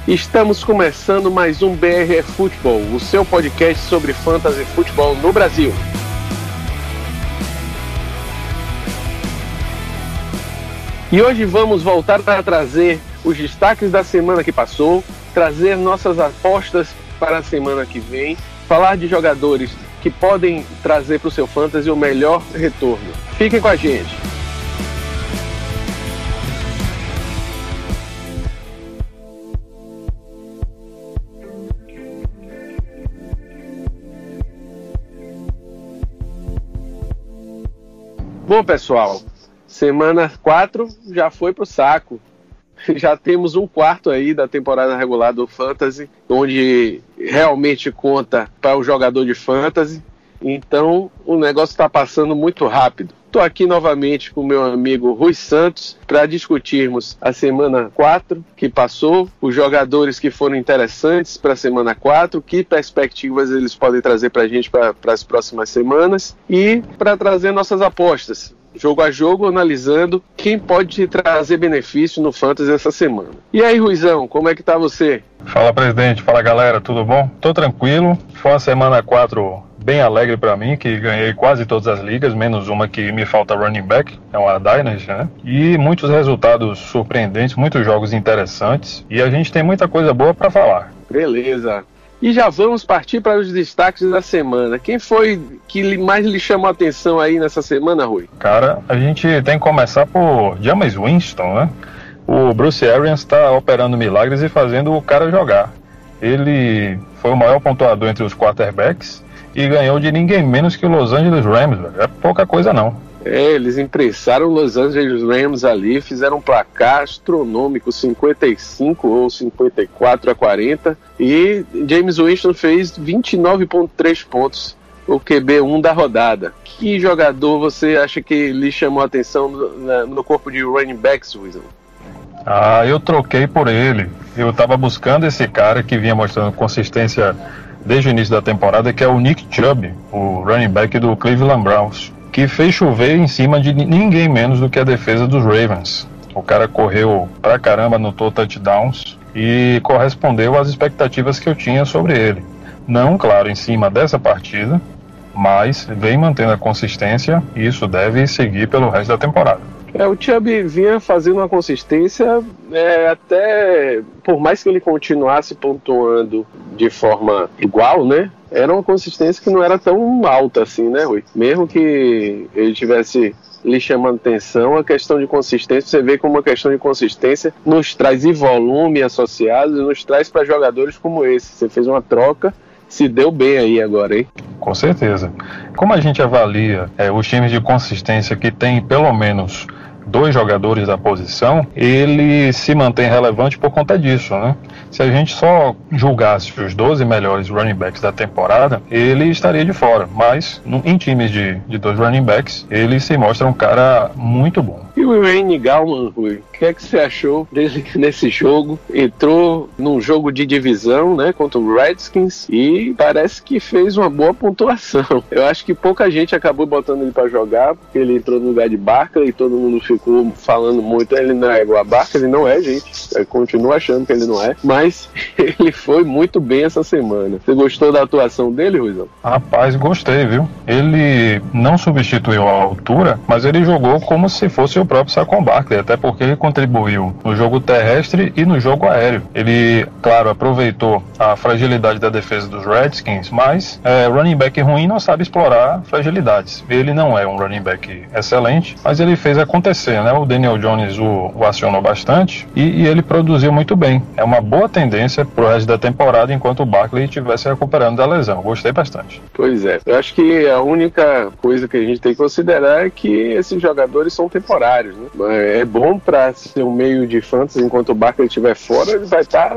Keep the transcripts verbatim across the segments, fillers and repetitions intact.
Estamos começando mais um B R F Futebol, o seu podcast sobre fantasy futebol no Brasil. E hoje vamos voltar a trazer os destaques da semana que passou, trazer nossas apostas para a semana que vem, falar de jogadores que podem trazer para o seu fantasy o melhor retorno. Fiquem com a gente. Bom, pessoal, semana quatro já foi pro saco. Já temos um quarto aí da temporada regular do Fantasy, onde realmente conta para o jogador de Fantasy. Então, o negócio está passando muito rápido. Estou aqui novamente com o meu amigo Rui Santos para discutirmos a semana quatro que passou, os jogadores que foram interessantes para a semana quatro, que perspectivas eles podem trazer para a gente para as próximas semanas e para trazer nossas apostas, jogo a jogo, analisando quem pode trazer benefício no Fantasy essa semana. E aí, Ruizão, como é que tá você? Fala, presidente. Fala, galera. Tudo bom? Tô tranquilo. Foi uma semana quatro bem alegre pra mim, que ganhei quase todas as ligas, menos uma que me falta running back, é uma Dynasty, né? E muitos resultados surpreendentes, muitos jogos interessantes, e a gente tem muita coisa boa pra falar. Beleza. E já vamos partir para os destaques da semana. Quem foi que mais lhe chamou a atenção aí nessa semana, Rui? Cara, a gente tem que começar por Jameis Winston, né? O Bruce Arians está operando milagres e fazendo o cara jogar. Ele foi o maior pontuador entre os quarterbacks e ganhou de ninguém menos que o Los Angeles Rams, velho. É pouca coisa não. É, eles impressaram o Los Angeles Rams ali, fizeram um placar astronômico, cinquenta e cinco ou cinquenta e quatro a quarenta, e Jameis Winston fez vinte e nove vírgula três pontos, o Q B um da rodada. Que jogador você acha que lhe chamou a atenção no, no corpo de running backs, Wilson? Ah, eu troquei por ele. Eu estava buscando esse cara que vinha mostrando consistência desde o início da temporada, que é o Nick Chubb, o running back do Cleveland Browns, que fez chover em cima de ninguém menos do que a defesa dos Ravens. O cara correu pra caramba, anotou touchdowns e correspondeu às expectativas que eu tinha sobre ele. Não, claro, em cima dessa partida, mas vem mantendo a consistência e isso deve seguir pelo resto da temporada. É, o Chubb vinha fazendo uma consistência, é, até por mais que ele continuasse pontuando de forma igual, né? Era uma consistência que não era tão alta assim, né, Rui? Mesmo que ele tivesse lhe chamando atenção, a questão de consistência, você vê como uma questão de consistência nos traz e volume associado, e nos traz para jogadores como esse. Você fez uma troca, se deu bem aí agora, hein? Com certeza. Como a gente avalia é, os times de consistência que tem pelo menos dois jogadores da posição, ele se mantém relevante por conta disso, né? Se a gente só julgasse os doze melhores running backs da temporada, ele estaria de fora, mas no, em times de, de dois running backs, ele se mostra um cara muito bom. E o Wayne Gallman, Rui, o que é que você achou dele nesse jogo? Entrou num jogo de divisão, né, contra o Redskins, e parece que fez uma boa pontuação. Eu acho que pouca gente acabou botando ele pra jogar, porque ele entrou no lugar de Barkley e todo mundo ficou falando muito, ele não é igual a Barkley, ele não é, gente. Eu continuo achando que ele não é, mas ele foi muito bem essa semana. Você gostou da atuação dele, Ruizão? Rapaz, gostei, viu? Ele não substituiu a altura, mas ele jogou como se fosse o próprio Saquon Barkley, até porque ele contribuiu no jogo terrestre e no jogo aéreo. Ele, claro, aproveitou a fragilidade da defesa dos Redskins, mas é, running back ruim não sabe explorar fragilidades. Ele não é um running back excelente, mas ele fez acontecer, né? O Daniel Jones o, o acionou bastante e, e ele produziu muito bem. É uma boa tendência pro resto da temporada enquanto o Barkley estivesse recuperando da lesão. Gostei bastante. Pois é. Eu acho que a única coisa que a gente tem que considerar é que esses jogadores são temporários, né? É bom para ser um meio de fantasy enquanto o Barkley estiver fora, ele vai estar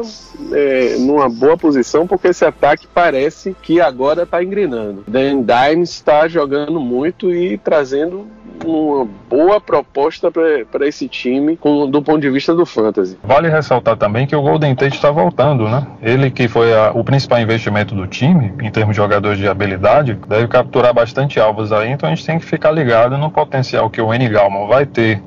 é, numa boa posição, porque esse ataque parece que agora está engrenando. Dan Dimes está jogando muito e trazendo uma boa proposta para esse time com, do ponto de vista do fantasy. Vale ressaltar também que o Golden Tate está voltando, né? Ele que foi a, o principal investimento do time, em termos de jogadores de habilidade, deve capturar bastante alvos aí, então a gente tem que ficar ligado no potencial que o Wayne Gallman vai ter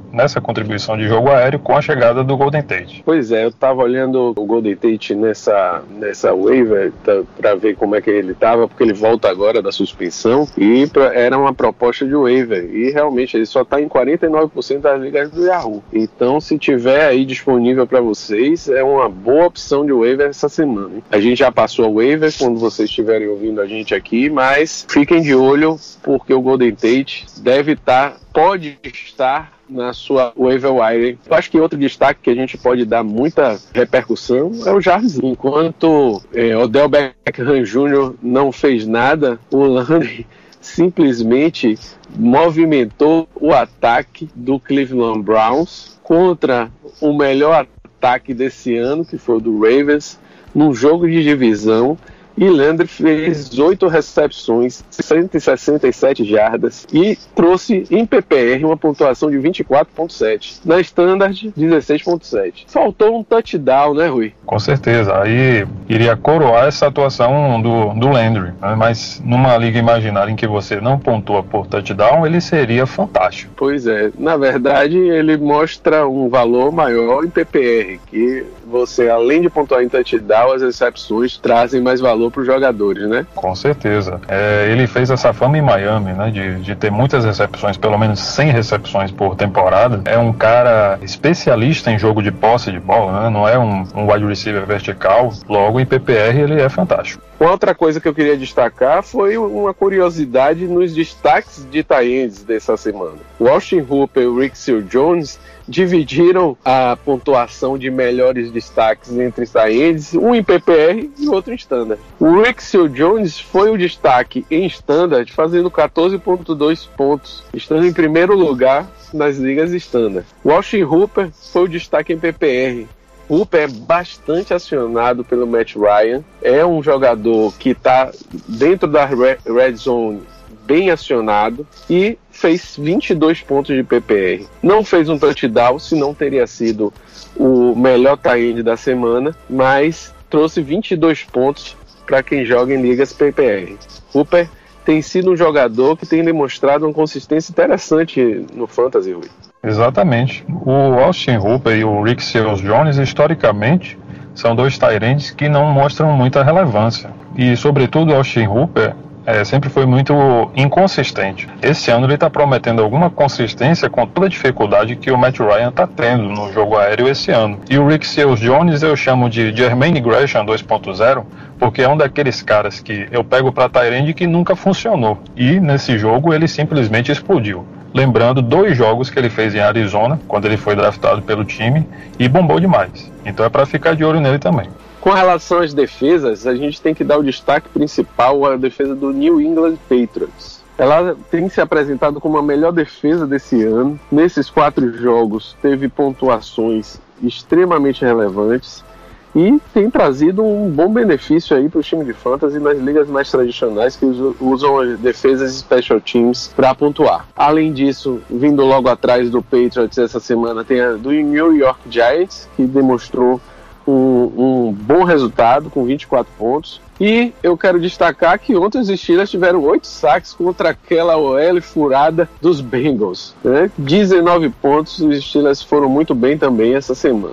nessa contribuição de jogo aéreo com a chegada do Golden Tate. Pois é, eu estava olhando o Golden Tate nessa, nessa waiver para ver como é que ele estava, porque ele volta agora da suspensão e pra, era uma proposta de waiver e realmente ele só está em quarenta e nove por cento das ligas do Yahoo. Então, se tiver aí disponível para vocês, é uma boa opção de waiver essa semana, hein? A gente já passou a waiver quando vocês estiverem ouvindo a gente aqui, mas fiquem de olho porque o Golden Tate deve estar, pode estar na sua waiver wire. Eu acho que outro destaque que a gente pode dar muita repercussão é o Jarvis. Enquanto é, Odell Beckham Júnior não fez nada, o Landry simplesmente movimentou o ataque do Cleveland Browns contra o melhor ataque desse ano, que foi o do Ravens, num jogo de divisão. E Landry fez oito recepções, cento e sessenta e sete jardas e trouxe em P P R uma pontuação de vinte e quatro ponto sete. Na Standard, dezesseis ponto sete. Faltou um touchdown, né, Rui? Com certeza. Aí iria coroar essa atuação do, do Landry. Né? Mas numa liga imaginária em que você não pontua por touchdown, ele seria fantástico. Pois é. Na verdade, ele mostra um valor maior em P P R, que você, além de pontuar em touchdown, as recepções trazem mais valor para os jogadores, né? Com certeza. É, ele fez essa fama em Miami, né? De, de ter muitas recepções, pelo menos cem recepções por temporada. É um cara especialista em jogo de posse de bola, né? Não é um, um wide receiver vertical. Logo, em P P R, ele é fantástico. Uma outra coisa que eu queria destacar foi uma curiosidade nos destaques de tight ends dessa semana. O Austin Hooper e o Rick Seals-Jones dividiram a pontuação de melhores destaques entre os tight ends, um em P P R e outro em Standard. O Rick Seals-Jones foi o destaque em Standard, fazendo quatorze ponto dois pontos, estando em primeiro lugar nas ligas Standard. O Austin Hooper foi o destaque em P P R. Hooper é bastante acionado pelo Matt Ryan, é um jogador que está dentro da red zone bem acionado e fez vinte e dois pontos de P P R. Não fez um touchdown, senão teria sido o melhor tight end da semana, mas trouxe vinte e dois pontos para quem joga em ligas P P R. Hooper tem sido um jogador que tem demonstrado uma consistência interessante no Fantasy, Rui. Exatamente. O Austin Hooper e o Rick Seals-Jones, historicamente, são dois tight ends que não mostram muita relevância. E, sobretudo, o Austin Hooper é, sempre foi muito inconsistente. Esse ano ele está prometendo alguma consistência com toda a dificuldade que o Matt Ryan está tendo no jogo aéreo esse ano. E o Rick Seals-Jones eu chamo de Jermaine Gresham dois ponto zero, porque é um daqueles caras que eu pego para tight end que nunca funcionou. E nesse jogo ele simplesmente explodiu. Lembrando dois jogos que ele fez em Arizona, quando ele foi draftado pelo time, e bombou demais. Então é para ficar de olho nele também. Com relação às defesas, a gente tem que dar o destaque principal à defesa do New England Patriots. Ela tem se apresentado como a melhor defesa desse ano. Nesses quatro jogos, teve pontuações extremamente relevantes e tem trazido um bom benefício aí para o time de fantasy nas ligas mais tradicionais que usam as defesas e special teams para pontuar. Além disso, vindo logo atrás do Patriots essa semana, tem a do New York Giants, que demonstrou um, um bom resultado com vinte e quatro pontos. E eu quero destacar que ontem os Steelers tiveram oito saques contra aquela O L furada dos Bengals, né? dezenove pontos, os Steelers foram muito bem também essa semana.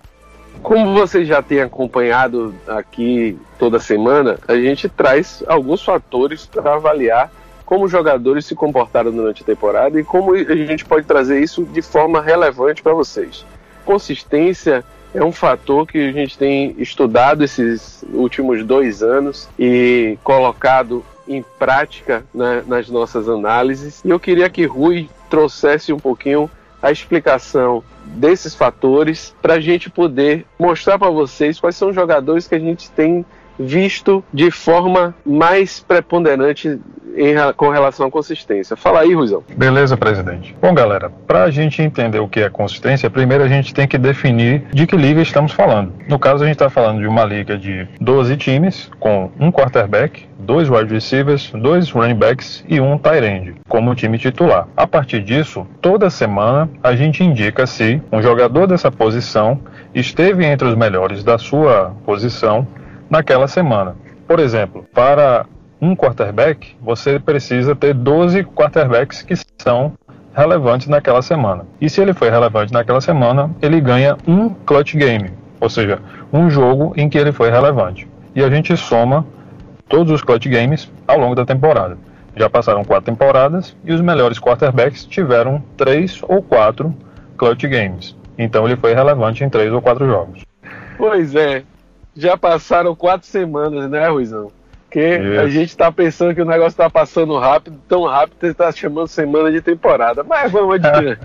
Como você já tem acompanhado aqui toda semana, a gente traz alguns fatores para avaliar como os jogadores se comportaram durante a temporada e como a gente pode trazer isso de forma relevante para vocês. Consistência é um fator que a gente tem estudado esses últimos dois anos e colocado em prática, né, nas nossas análises. E eu queria que Rui trouxesse um pouquinho a explicação desses fatores para a gente poder mostrar para vocês quais são os jogadores que a gente tem visto de forma mais preponderante em, com relação à consistência. Fala aí, Ruizão. Beleza, presidente. Bom, galera, para a gente entender o que é consistência, primeiro a gente tem que definir de que liga estamos falando. No caso, a gente está falando de uma liga de doze times, com um quarterback, dois wide receivers, dois running backs e um tight end como time titular. A partir disso, toda semana a gente indica se um jogador dessa posição esteve entre os melhores da sua posição naquela semana. Por exemplo, para um quarterback, você precisa ter doze quarterbacks que são relevante naquela semana. E se ele foi relevante naquela semana, ele ganha um clutch game, ou seja, um jogo em que ele foi relevante. E a gente soma todos os clutch games ao longo da temporada. Já passaram quatro temporadas e os melhores quarterbacks tiveram três ou quatro clutch games. Então ele foi relevante em três ou quatro jogos. Pois é, já passaram quatro semanas, né, Ruizão? Porque Isso. A gente tá pensando que o negócio tá passando rápido, tão rápido que tá chamando semana de temporada. Mas vamos adiante.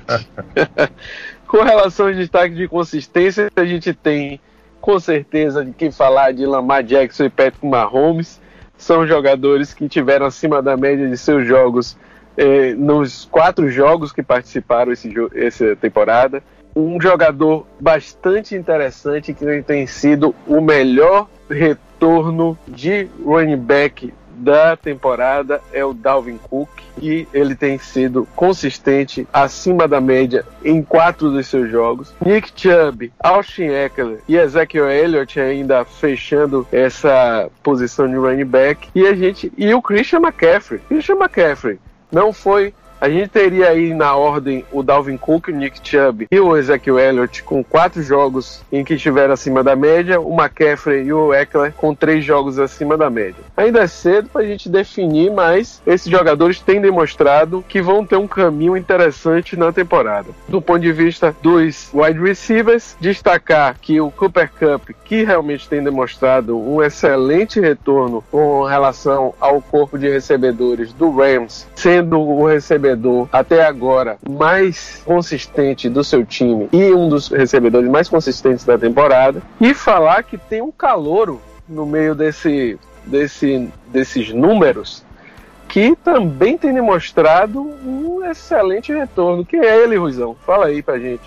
Com relação ao destaque de consistência, a gente tem com certeza de quem falar de Lamar Jackson e Patrick Mahomes. São jogadores que tiveram acima da média de seus jogos eh, nos quatro jogos que participaram esse jo- essa temporada. Um jogador bastante interessante que tem sido o melhor retorno de running back da temporada é o Dalvin Cook, e ele tem sido consistente acima da média em quatro dos seus jogos. Nick Chubb, Austin Ekeler e Ezekiel Elliott ainda fechando essa posição de running back, e a gente e o Christian McCaffrey. Christian McCaffrey não foi. A gente teria aí na ordem o Dalvin Cook, o Nick Chubb e o Ezekiel Elliott com quatro jogos em que estiveram acima da média, o McCaffrey e o Ekeler com três jogos acima da média. Ainda é cedo para a gente definir, mas esses jogadores têm demonstrado que vão ter um caminho interessante na temporada. Do ponto de vista dos wide receivers, destacar que o Cooper Kupp, que realmente tem demonstrado um excelente retorno com relação ao corpo de recebedores do Rams, sendo o recebedor até agora mais consistente do seu time e um dos recebedores mais consistentes da temporada, e falar que tem um calouro no meio desse, desse, desses números que também tem demonstrado um excelente retorno. Quem é ele, Ruizão? Fala aí pra gente.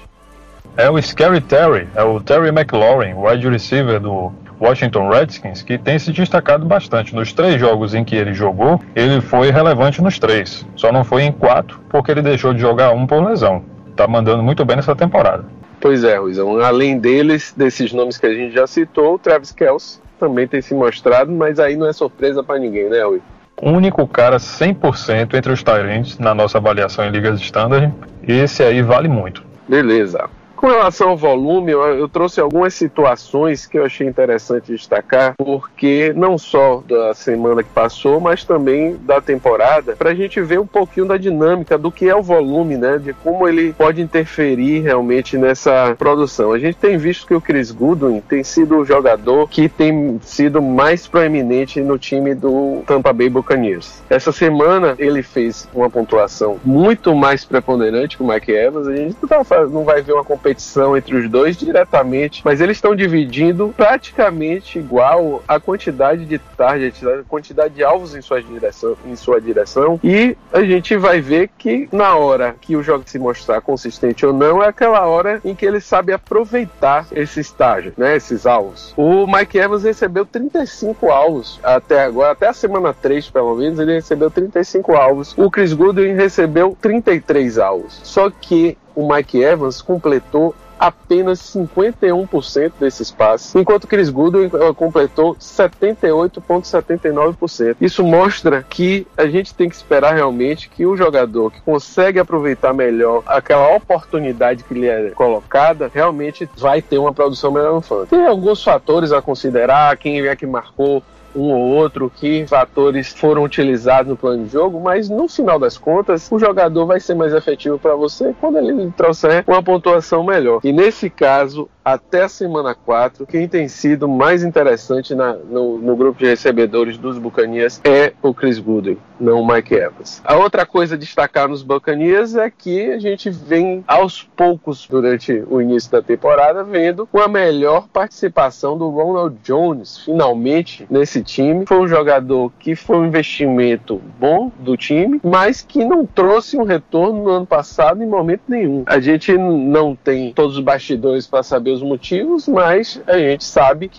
É o Scary Terry, é o Terry McLaurin, wide receiver do Washington Redskins, que tem se destacado bastante. Nos três jogos em que ele jogou, ele foi relevante nos três. Só não foi em quatro, porque ele deixou de jogar um por lesão. Tá mandando muito bem nessa temporada. Pois é, Ruizão. Além deles, desses nomes que a gente já citou, o Travis Kelce também tem se mostrado, mas aí não é surpresa pra ninguém, né, Rui? O único cara cem por cento entre os tight ends na nossa avaliação em ligas standard, esse aí vale muito. Beleza. Com relação ao volume, eu, eu trouxe algumas situações que eu achei interessante destacar, porque não só da semana que passou, mas também da temporada, para a gente ver um pouquinho da dinâmica do que é o volume, né, de como ele pode interferir realmente nessa produção. A gente tem visto que o Chris Godwin tem sido o jogador que tem sido mais proeminente no time do Tampa Bay Buccaneers. Essa semana ele fez uma pontuação muito mais preponderante que o Mike Evans. A gente não, tá, não vai ver uma competição entre os dois diretamente, mas eles estão dividindo praticamente igual a quantidade de targets, a quantidade de alvos em sua direção, em sua direção, e a gente vai ver que na hora que o jogo se mostrar consistente ou não, é aquela hora em que ele sabe aproveitar esses targets, né, esses alvos. O Mike Evans recebeu trinta e cinco alvos até agora, até a semana três pelo menos, ele recebeu trinta e cinco alvos. O Chris Godwin recebeu trinta e três alvos. Só que o Mike Evans completou apenas cinquenta e um por cento desses passes, enquanto Chris Godwin completou setenta e oito vírgula setenta e nove por cento. Isso mostra que a gente tem que esperar realmente que o jogador que consegue aproveitar melhor aquela oportunidade que lhe é colocada, realmente vai ter uma produção melhor no fantasy. Tem alguns fatores a considerar, quem é que marcou um ou outro, que fatores foram utilizados no plano de jogo, mas no final das contas o jogador vai ser mais efetivo para você quando ele trouxer uma pontuação melhor. E nesse caso, até a semana quatro, quem tem sido mais interessante na, no, no grupo de recebedores dos Buccaneers é o Chris Godwin, não o Mike Evans. A outra coisa a destacar nos Buccaneers é que a gente vem aos poucos, durante o início da temporada, vendo uma melhor participação do Ronald Jones, finalmente, nesse time. Foi um jogador que foi um investimento bom do time, mas que não trouxe um retorno no ano passado em momento nenhum. A gente não tem todos os bastidores para saber os motivos, mas a gente sabe que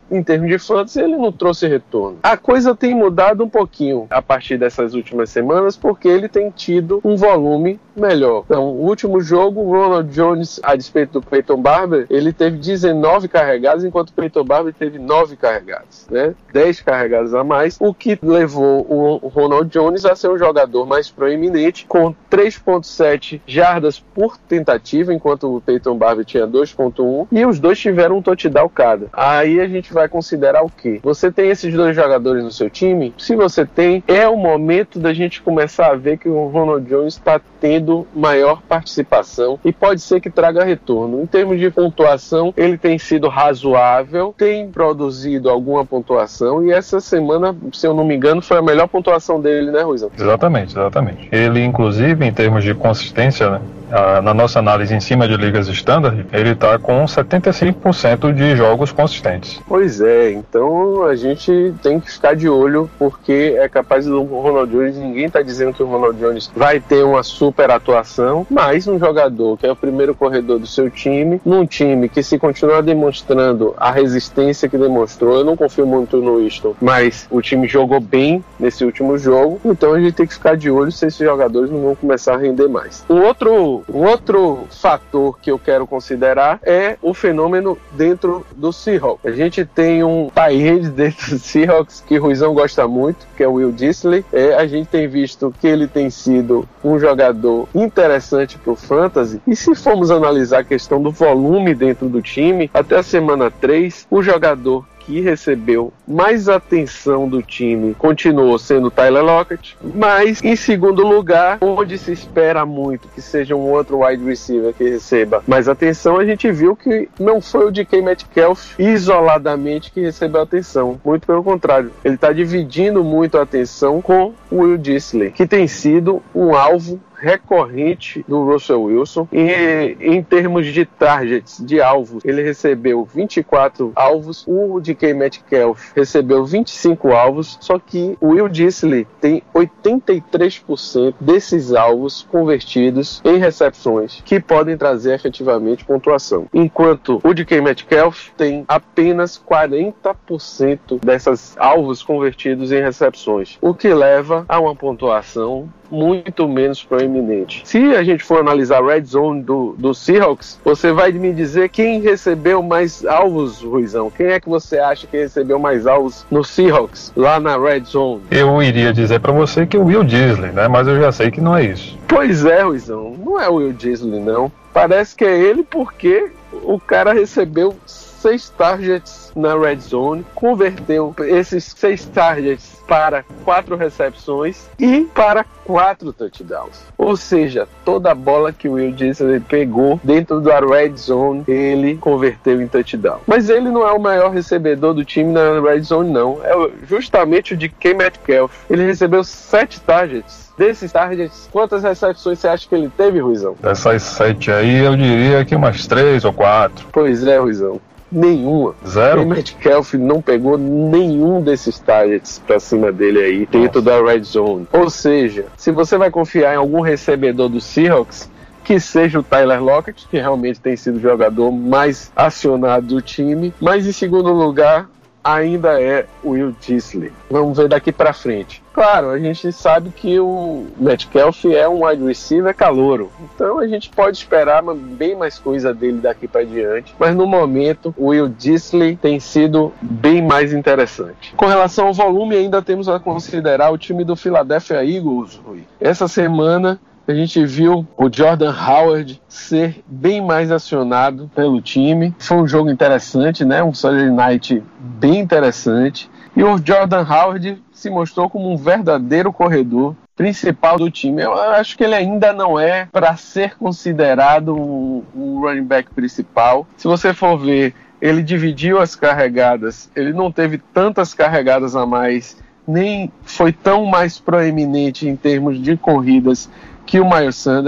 em termos de fantasy, ele não trouxe retorno. A coisa tem mudado um pouquinho a partir dessas últimas semanas, porque ele tem tido um volume melhor. Então, o último jogo, o Ronald Jones, a despeito do Peyton Barber, ele teve dezenove carregadas, enquanto o Peyton Barber teve nove carregadas, né? dez carregadas a mais, o que levou o Ronald Jones a ser um jogador mais proeminente, com três vírgula sete jardas por tentativa, enquanto o Peyton Barber tinha dois vírgula um, e os dois tiveram um touchdown cada. Aí a gente vai considerar o quê? Você tem esses dois jogadores no seu time? Se você tem, é o momento da gente começar a ver que o Ronald Jones está tendo maior participação e pode ser que traga retorno. Em termos de pontuação, ele tem sido razoável, tem produzido alguma pontuação, e essa semana, se eu não me engano, foi a melhor pontuação dele, né, Ruizão? Exatamente, exatamente. Ele, inclusive, em termos de consistência, né, na nossa análise em cima de ligas standard, ele está com setenta e cinco por cento de jogos consistentes. Pois é, então a gente tem que ficar de olho, porque é capaz do Ronald Jones, ninguém está dizendo que o Ronald Jones vai ter uma super atuação, mas um jogador que é o primeiro corredor do seu time, num time que, se continuar demonstrando a resistência que demonstrou, eu não confio muito no Houston, mas o time jogou bem nesse último jogo, então a gente tem que ficar de olho se esses jogadores não vão começar a render mais. Um outro Um outro fator que eu quero considerar é o fenômeno dentro do Seahawks. A gente tem um tight end dentro do Seahawks que o Ruizão gosta muito, que é o Will Dissly. É, a gente tem visto que ele tem sido um jogador interessante para o Fantasy. E se formos analisar a questão do volume dentro do time, até a semana três, o jogador que recebeu mais atenção do time continuou sendo o Tyler Lockett, mas em segundo lugar, onde se espera muito que seja um outro wide receiver que receba mais atenção, a gente viu que não foi o D K Metcalf isoladamente que recebeu atenção, muito pelo contrário, ele está dividindo muito a atenção com o Will Dissly, que tem sido um alvo recorrente do Russell Wilson. E em termos de targets, de alvos, ele recebeu vinte e quatro alvos, o D K Metcalf recebeu vinte e cinco alvos, só que o Will Dissly tem oitenta e três por cento desses alvos convertidos em recepções, que podem trazer efetivamente pontuação, enquanto o D K Metcalf tem apenas quarenta por cento dessas alvos convertidos em recepções, o que leva a uma pontuação muito menos proeminente. Se a gente for analisar a red zone do, do Seahawks, você vai me dizer quem recebeu mais alvos, Ruizão? Quem é que você acha que recebeu mais alvos no Seahawks, lá na red zone? Eu iria dizer pra você que o Will Dissly, né? Mas eu já sei que não é isso. Pois é, Ruizão, não é o Will Dissly, não. Parece que é ele, porque o cara recebeu seis targets na red zone, converteu esses seis targets para quatro recepções e para quatro touchdowns. Ou seja, toda a bola que o Will Dissly pegou dentro da red zone, ele converteu em touchdown. Mas ele não é o maior recebedor do time na red zone, não. É justamente o D K Metcalf. Ele recebeu sete targets. Desses targets, quantas recepções você acha que ele teve, Ruizão? Dessas sete aí, eu diria que umas três ou quatro. Pois é, Ruizão. Nenhuma. Zero? O Metcalf não pegou nenhum desses targets pra cima dele aí, dentro da red zone. Ou seja, se você vai confiar em algum recebedor do Seahawks, que seja o Tyler Lockett, que realmente tem sido o jogador mais acionado do time, mas em segundo lugar ainda é o Will Dissly. Vamos ver daqui pra frente. Claro, a gente sabe que o Metcalf é um wide receiver calouro, então a gente pode esperar bem mais coisa dele daqui para diante, mas no momento o Will Dissly tem sido bem mais interessante. Com relação ao volume, ainda temos a considerar o time do Philadelphia Eagles, Rui. Essa semana a gente viu o Jordan Howard ser bem mais acionado pelo time. Foi um jogo interessante, né? Um Sunday Night bem interessante. E o Jordan Howard se mostrou como um verdadeiro corredor principal do time. Eu acho que ele ainda não é para ser considerado um, um running back principal. Se você for ver, ele dividiu as carregadas. Ele não teve tantas carregadas a mais, nem foi tão mais proeminente em termos de corridas que o Miles Sanders.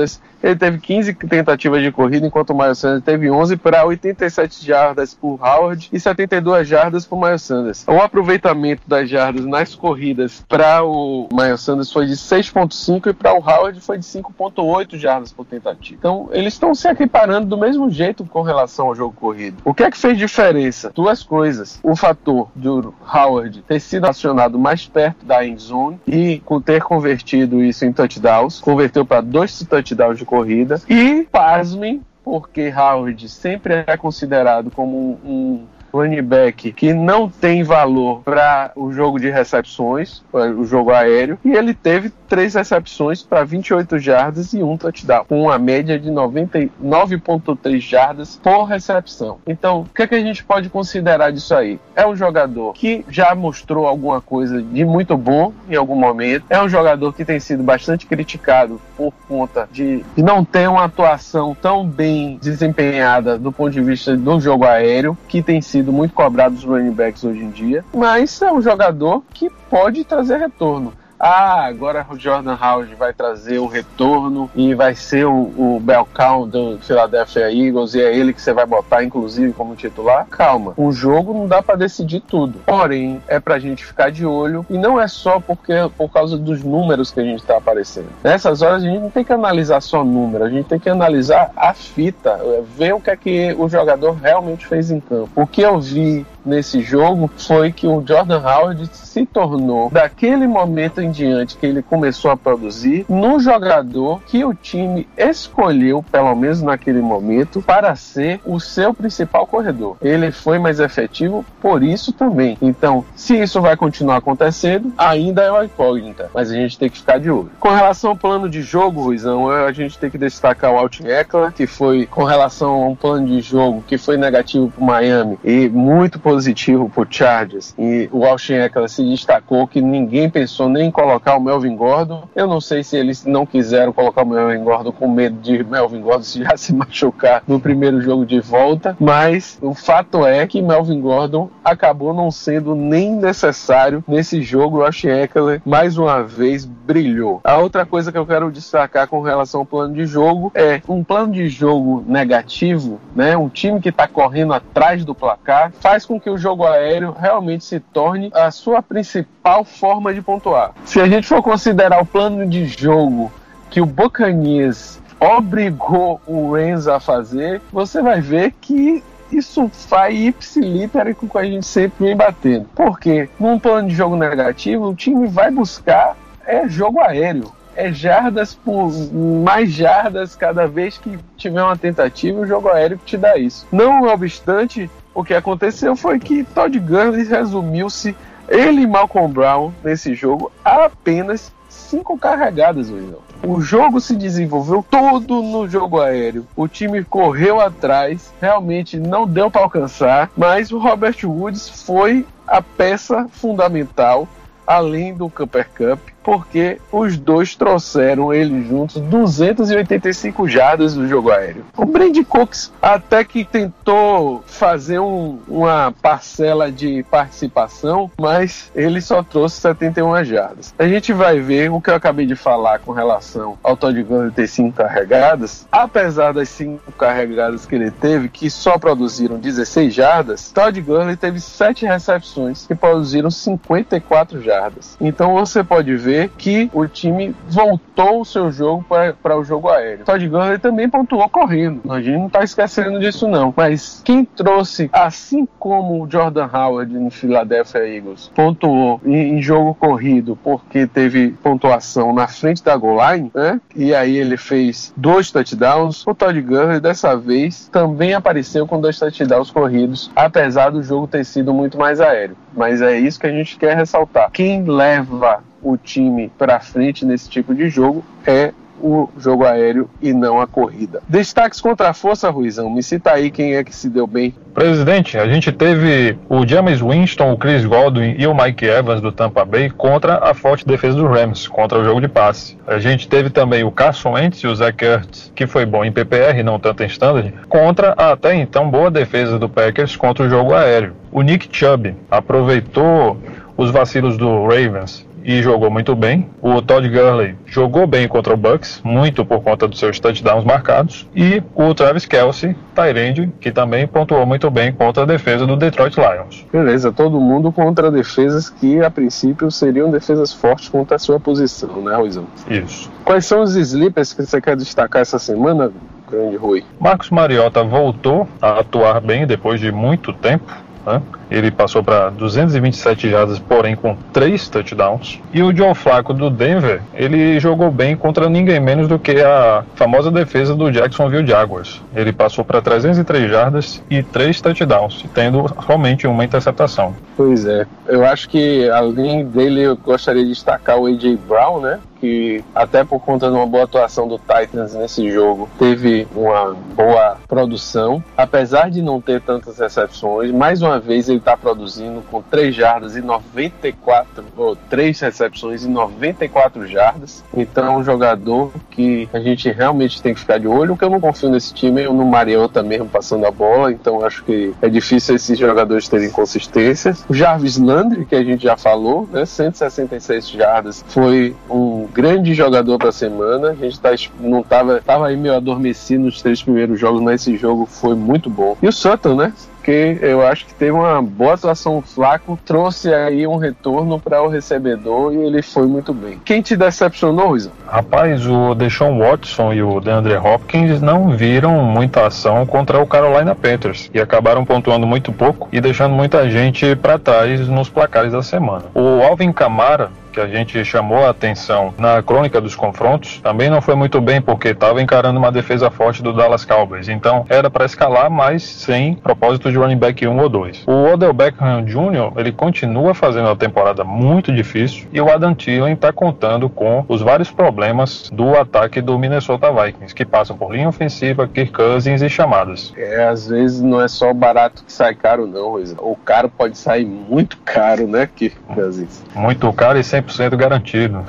Ele teve quinze tentativas de corrida, enquanto o Miles Sanders teve onze para oitenta e sete jardas por Howard e setenta e duas jardas por Miles Sanders. O aproveitamento das jardas nas corridas para o Miles Sanders foi de seis vírgula cinco e para o Howard foi de cinco vírgula oito jardas por tentativa. Então, eles estão se equiparando do mesmo jeito com relação ao jogo corrido. O que é que fez diferença? Duas coisas. O fator do Howard ter sido acionado mais perto da end zone e ter convertido isso em touchdowns, converteu para dois touchdowns de corrida, e pasmem, porque Howard sempre é considerado como um, um running back que não tem valor para o jogo de recepções, o jogo aéreo, e ele teve três recepções para vinte e oito jardas e um touchdown, com uma média de noventa e nove vírgula três jardas por recepção. Então, o que, é que a gente pode considerar disso aí? É um jogador que já mostrou alguma coisa de muito bom em algum momento, é um jogador que tem sido bastante criticado por conta de, de não ter uma atuação tão bem desempenhada do ponto de vista do jogo aéreo, que tem sido muito cobrado dos running backs hoje em dia, mas é um jogador que pode trazer retorno. Ah, agora o Jordan Howard vai trazer o retorno e vai ser o, o bell cow do Philadelphia Eagles e é ele que você vai botar, inclusive, como titular. Calma, o jogo não dá para decidir tudo. Porém, é pra gente ficar de olho, e não é só porque, por causa dos números que a gente tá aparecendo. Nessas horas a gente não tem que analisar só número, a gente tem que analisar a fita, ver o que é que o jogador realmente fez em campo. O que eu vi nesse jogo foi que o Jordan Howard se tornou, daquele momento em diante que ele começou a produzir, no jogador que o time escolheu, pelo menos naquele momento, para ser o seu principal corredor. Ele foi mais efetivo por isso também. Então, se isso vai continuar acontecendo, ainda é uma incógnita, mas a gente tem que ficar de olho. Com relação ao plano de jogo, Ruizão, a gente tem que destacar o Austin Ekeler, que foi com relação a um plano de jogo que foi negativo para o Miami e muito positivo para o Chargers, e o Austin Ekeler se destacou que ninguém pensou nem em colocar o Melvin Gordon. Eu não sei se eles não quiseram colocar o Melvin Gordon com medo de Melvin Gordon já se machucar no primeiro jogo de volta, mas o fato é que Melvin Gordon acabou não sendo nem necessário nesse jogo. O Austin Ekeler mais uma vez brilhou. A outra coisa que eu quero destacar com relação ao plano de jogo é um plano de jogo negativo, né? Um time que está correndo atrás do placar faz com que o jogo aéreo realmente se torne a sua principal forma de pontuar. Se a gente for considerar o plano de jogo que o Buccaneers obrigou o Rams a fazer, você vai ver que isso vai ipsiliter com o que a gente sempre vem batendo. Porque num plano de jogo negativo, o time vai buscar é jogo aéreo. É jardas por mais jardas cada vez que tiver uma tentativa, o jogo aéreo que te dá isso. Não obstante, o que aconteceu foi que Todd Gurley resumiu-se, ele e Malcolm Brown, nesse jogo, a apenas cinco carregadas, Wilson. O jogo se desenvolveu todo no jogo aéreo. O time correu atrás, realmente não deu para alcançar, mas o Robert Woods foi a peça fundamental, além do Cooper Kupp, porque os dois trouxeram eles juntos duzentas e oitenta e cinco jardas do jogo aéreo. O Brandin Cooks até que tentou fazer um, uma parcela de participação, mas ele só trouxe setenta e uma jardas. A gente vai ver o que eu acabei de falar com relação ao Todd Gurley ter cinco carregadas. Apesar das cinco carregadas que ele teve, que só produziram dezesseis jardas, Todd Gurley teve sete recepções que produziram cinquenta e quatro jardas. Então você pode ver que o time voltou o seu jogo para o jogo aéreo. Todd Gurley também pontuou correndo, a gente não está esquecendo disso não, mas quem trouxe, assim como o Jordan Howard no Philadelphia Eagles pontuou em, em jogo corrido porque teve pontuação na frente da goal line, né? E aí ele fez dois touchdowns, o Todd Gurley dessa vez também apareceu com dois touchdowns corridos, apesar do jogo ter sido muito mais aéreo. Mas é isso que a gente quer ressaltar. Quem leva o time para frente nesse tipo de jogo é o jogo aéreo e não a corrida. Destaques contra a força, Ruizão. Me cita aí quem é que se deu bem. Presidente, a gente teve o Jameis Winston, o Chris Godwin e o Mike Evans do Tampa Bay contra a forte defesa do Rams, contra o jogo de passe. A gente teve também o Carson Wentz e o Zach Ertz, que foi bom em P P R, não tanto em standard, contra a até então boa defesa do Packers contra o jogo aéreo. O Nick Chubb aproveitou os vacilos do Ravens e jogou muito bem. O Todd Gurley jogou bem contra o Bucks, muito por conta dos seus touchdowns marcados. E o Travis Kelce, tight end, que também pontuou muito bem contra a defesa do Detroit Lions. Beleza, todo mundo contra defesas que a princípio seriam defesas fortes contra a sua posição, né, Ruizão? Isso. Quais são os sleepers que você quer destacar essa semana, grande Rui? Marcus Mariota voltou a atuar bem depois de muito tempo, né? Ele passou para duzentas e vinte e sete jardas, porém com três touchdowns. E o Joe Flacco do Denver, ele jogou bem contra ninguém menos do que a famosa defesa do Jacksonville Jaguars. Ele passou para trezentas e três jardas e três touchdowns, tendo somente uma interceptação. Pois é, eu acho que além dele eu gostaria de destacar o A J Brown, né? Que até por conta de uma boa atuação do Titans nesse jogo, teve uma boa produção. Apesar de não ter tantas recepções, mais uma vez ele está produzindo com três jardas e noventa e quatro, ou três recepções e noventa e quatro jardas. Então é um jogador que a gente realmente tem que ficar de olho, que eu não confio nesse time, eu no Mariota mesmo passando a bola, então acho que é difícil esses jogadores terem consistência. O Jarvis Landry, que a gente já falou, né, cento e sessenta e seis jardas, foi um grande jogador para a semana. A gente tá, não estava tava aí meio adormecido nos três primeiros jogos, mas esse jogo foi muito bom. E o Sutton, né? Porque eu acho que teve uma boa atuação. O Flacco trouxe aí um retorno para o recebedor e ele foi muito bem. Quem te decepcionou, Luizão? Rapaz, o Deshaun Watson e o DeAndre Hopkins não viram muita ação contra o Carolina Panthers e acabaram pontuando muito pouco e deixando muita gente para trás nos placares da semana. O Alvin Kamara, que a gente chamou a atenção na crônica dos confrontos, também não foi muito bem porque estava encarando uma defesa forte do Dallas Cowboys, então era para escalar, mas sem propósito de running back um ou dois. O Odell Beckham Júnior, ele continua fazendo uma temporada muito difícil e o Adam Thielen está contando com os vários problemas do ataque do Minnesota Vikings, que passam por linha ofensiva, Kirk Cousins e chamadas. É, às vezes não é só o barato que sai caro não, Luizão. O caro pode sair muito caro, né, Kirk Cousins? Muito caro e cem por cento garantido.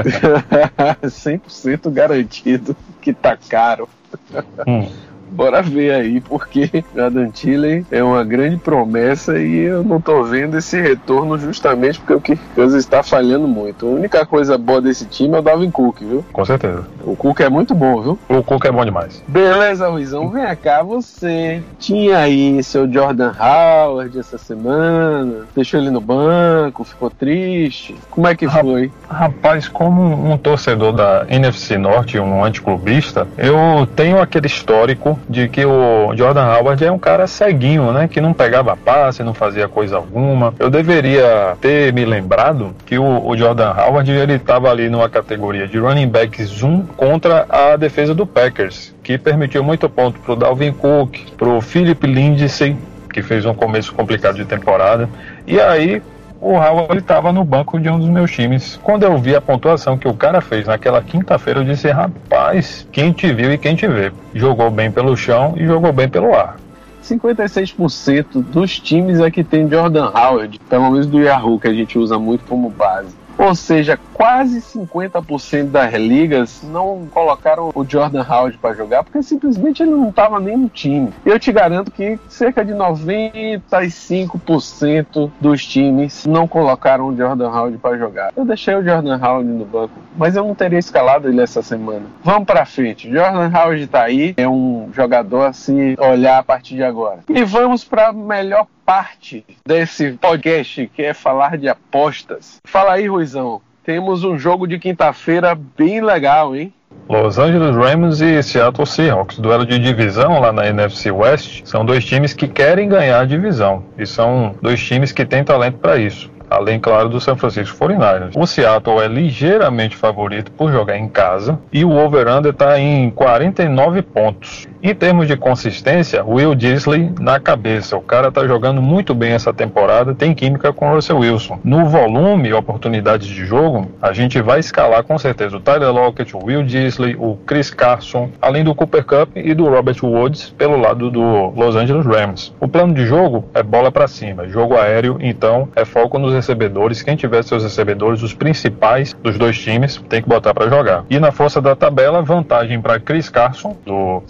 cem por cento garantido que tá caro. Hum. Bora ver aí, porque Adam Thielen é uma grande promessa e eu não tô vendo esse retorno justamente porque o Kirk Cousins está falhando muito. A única coisa boa desse time é o Dalvin Cook, viu? Com certeza. O Cook é muito bom, viu? O Cook é bom demais. Beleza, Ruizão, vem cá, você tinha aí seu Jordan Howard essa semana, deixou ele no banco, ficou triste, como é que foi? Rapaz, como um torcedor da N F C Norte, um anticlubista, eu tenho aquele histórico de que o Jordan Howard é um cara ceguinho, né? Que não pegava passe, não fazia coisa alguma. Eu deveria ter me lembrado que o, o Jordan Howard, ele estava ali numa categoria de running backs um contra a defesa do Packers, que permitiu muito ponto pro Dalvin Cook, pro Philip Lindsay, que fez um começo complicado de temporada. E aí o Howard estava no banco de um dos meus times. Quando eu vi a pontuação que o cara fez naquela quinta-feira, eu disse, rapaz, quem te viu e quem te vê. Jogou bem pelo chão e jogou bem pelo ar. cinquenta e seis por cento dos times aqui tem Jordan Howard, pelo menos do Yahoo, que a gente usa muito como base. Ou seja, quase cinquenta por cento das ligas não colocaram o Jordan Howard para jogar porque simplesmente ele não estava nem no time. Eu te garanto que cerca de noventa e cinco por cento dos times não colocaram o Jordan Howard para jogar. Eu deixei o Jordan Howard no banco, mas eu não teria escalado ele essa semana. Vamos para frente. Jordan Howard está aí, é um jogador a se olhar a partir de agora. E vamos para a melhor parte desse podcast, que é falar de apostas. Fala aí, Ruizão. Temos um jogo de quinta-feira bem legal, hein? Los Angeles Rams e Seattle Seahawks, duelo de divisão lá na N F C West. São dois times que querem ganhar a divisão e são dois times que têm talento para isso. Além, claro, do San Francisco forty-niners. O Seattle é ligeiramente favorito por jogar em casa e o over-under está em quarenta e nove pontos. Em termos de consistência, Will Disley na cabeça. O cara está jogando muito bem essa temporada, tem química com o Russell Wilson. No volume e oportunidades de jogo, a gente vai escalar com certeza o Tyler Lockett, o Will Disley, o Chris Carson, além do Cooper Kupp e do Robert Woods pelo lado do Los Angeles Rams. O plano de jogo é bola para cima, jogo aéreo, então é foco nos recebedores. Quem tiver seus recebedores, os principais dos dois times, tem que botar para jogar. E na força da tabela, vantagem para Chris Carson, do Seattle Seahawks,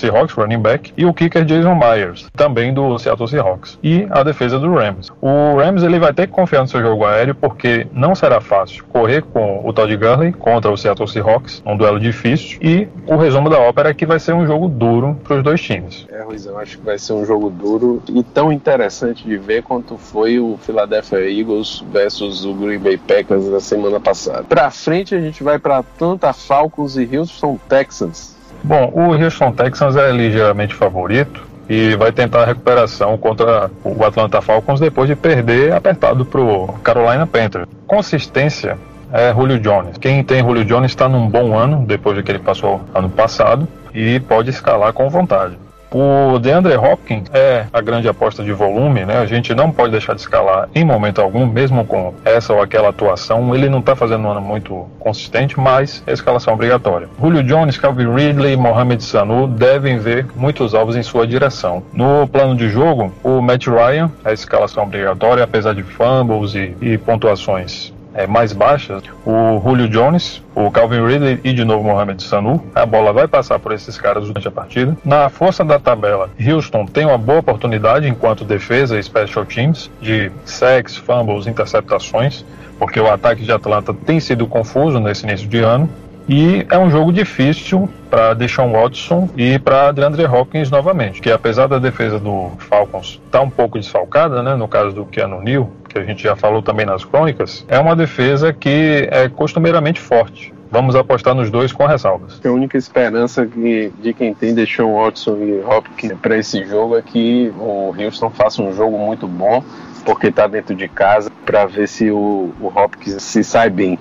Seahawks, running back, e o kicker Jason Myers, também do Seattle Seahawks, e a defesa do Rams. O Rams ele vai ter que confiar no seu jogo aéreo, porque não será fácil correr com o Todd Gurley contra o Seattle Seahawks, um duelo difícil, e o resumo da ópera é que vai ser um jogo duro para os dois times. É, Ruizão, acho que vai ser um jogo duro e tão interessante de ver quanto foi o Philadelphia Eagles versus o Green Bay Packers na semana passada. Pra frente a gente vai para Atlanta Falcons e Houston Texans. Bom, o Houston Texans é ligeiramente favorito e vai tentar a recuperação contra o Atlanta Falcons depois de perder apertado para o Carolina Panthers. Consistência é Julio Jones. Quem tem Julio Jones está num bom ano, depois do que ele passou ano passado, e pode escalar com vontade. O DeAndre Hopkins é a grande aposta de volume, né? A gente não pode deixar de escalar em momento algum, mesmo com essa ou aquela atuação. Ele não está fazendo um ano muito consistente, mas é escalação obrigatória. Julio Jones, Calvin Ridley e Mohamed Sanu devem ver muitos alvos em sua direção. No plano de jogo, o Matt Ryan é a escalação obrigatória, apesar de fumbles e, e pontuações É, mais baixas, o Julio Jones, o Calvin Ridley e de novo Mohamed Sanu. A bola vai passar por esses caras durante a partida. Na força da tabela, Houston tem uma boa oportunidade enquanto defesa e special teams de sacks, fumbles, interceptações, porque o ataque de Atlanta tem sido confuso nesse início de ano. E é um jogo difícil para Deshaun Watson e para DeAndre Hopkins novamente, que apesar da defesa do Falcons estar tá um pouco desfalcada, né, no caso do Keanu Neal, que a gente já falou também nas crônicas, é uma defesa que é costumeiramente forte. Vamos apostar nos dois com ressalvas. A única esperança que, de quem tem Deshaun Watson e Hopkins para esse jogo é que o Houston faça um jogo muito bom, porque está dentro de casa, para ver se o, o Hopkins se sai bem.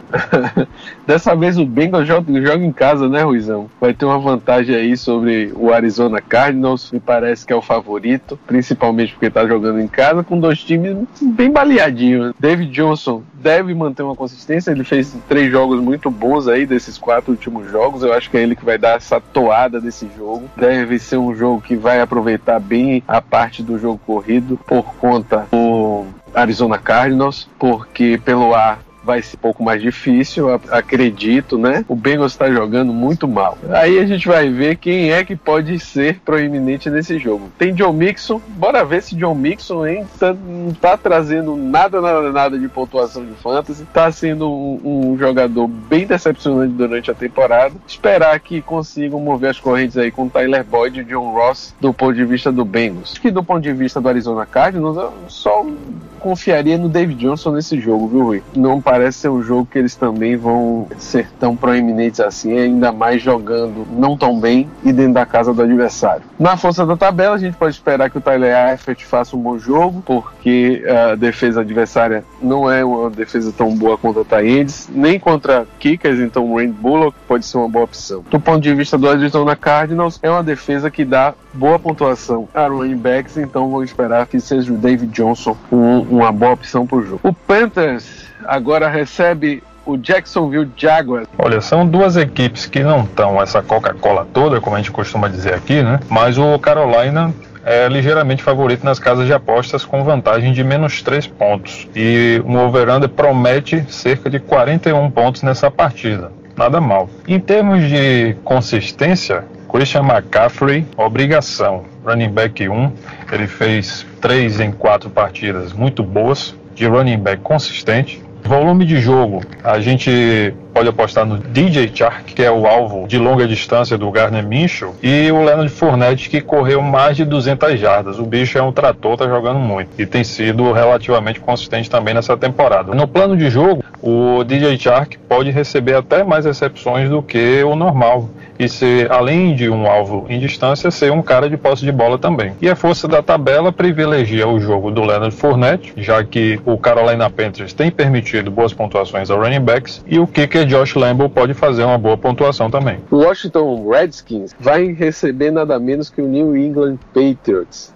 Dessa vez o Bengals joga, joga em casa, né, Ruizão? Vai ter uma vantagem aí sobre o Arizona Cardinals, me parece que é o favorito, principalmente porque está jogando em casa, com dois times bem baleadinhos. David Johnson deve manter uma consistência, ele fez três jogos muito bons aí, desses quatro últimos jogos, eu acho que é ele que vai dar essa toada desse jogo. Deve ser um jogo que vai aproveitar bem a parte do jogo corrido, por conta do Arizona Cardinals, porque pelo ar vai ser um pouco mais difícil, acredito, né? O Bengals está jogando muito mal. Aí a gente vai ver quem é que pode ser proeminente nesse jogo. Tem John Mixon, bora ver se John Mixon hein, tá, não tá trazendo nada, nada, nada de pontuação de fantasy, tá sendo um, um jogador bem decepcionante durante a temporada. Esperar que consigam mover as correntes aí com Tyler Boyd e John Ross do ponto de vista do Bengals. Acho que do ponto de vista do Arizona Cardinals, eu só confiaria no David Johnson nesse jogo, viu, Rui? Não parece ser um jogo que eles também vão ser tão proeminentes assim, ainda mais jogando não tão bem e dentro da casa do adversário. Na força da tabela, a gente pode esperar que o Tyler Eifert faça um bom jogo, porque a defesa adversária não é uma defesa tão boa contra tight ends, nem contra kickers, então o Randy Bullock pode ser uma boa opção. Do ponto de vista do Arizona Cardinals, é uma defesa que dá boa pontuação a running backs, então vou esperar que seja o David Johnson um, uma boa opção para o jogo. O Panthers agora recebe o Jacksonville Jaguars. Olha, são duas equipes que não estão essa Coca-Cola toda, como a gente costuma dizer aqui, né? Mas o Carolina é ligeiramente favorito nas casas de apostas com vantagem de menos três pontos. E o over-under promete cerca de quarenta e um pontos nessa partida. Nada mal. Em termos de consistência, Christian McCaffrey, obrigação. Running back um, ele fez três em quatro partidas muito boas, de running back consistente. Volume de jogo, a gente pode apostar no D J Chark, que é o alvo de longa distância do Gardner Minshew, e o Leonard Fournette, que correu mais de duzentas jardas. O bicho é um trator, tá jogando muito, e tem sido relativamente consistente também nessa temporada. No plano de jogo, o D J Chark pode receber até mais recepções do que o normal, e ser, além de um alvo em distância, ser um cara de posse de bola também. E a força da tabela privilegia o jogo do Leonard Fournette, já que o Carolina Panthers tem permitido boas pontuações ao running backs, e o kicker Josh Lambo pode fazer uma boa pontuação também. O Washington Redskins vai receber nada menos que o New England Patriots.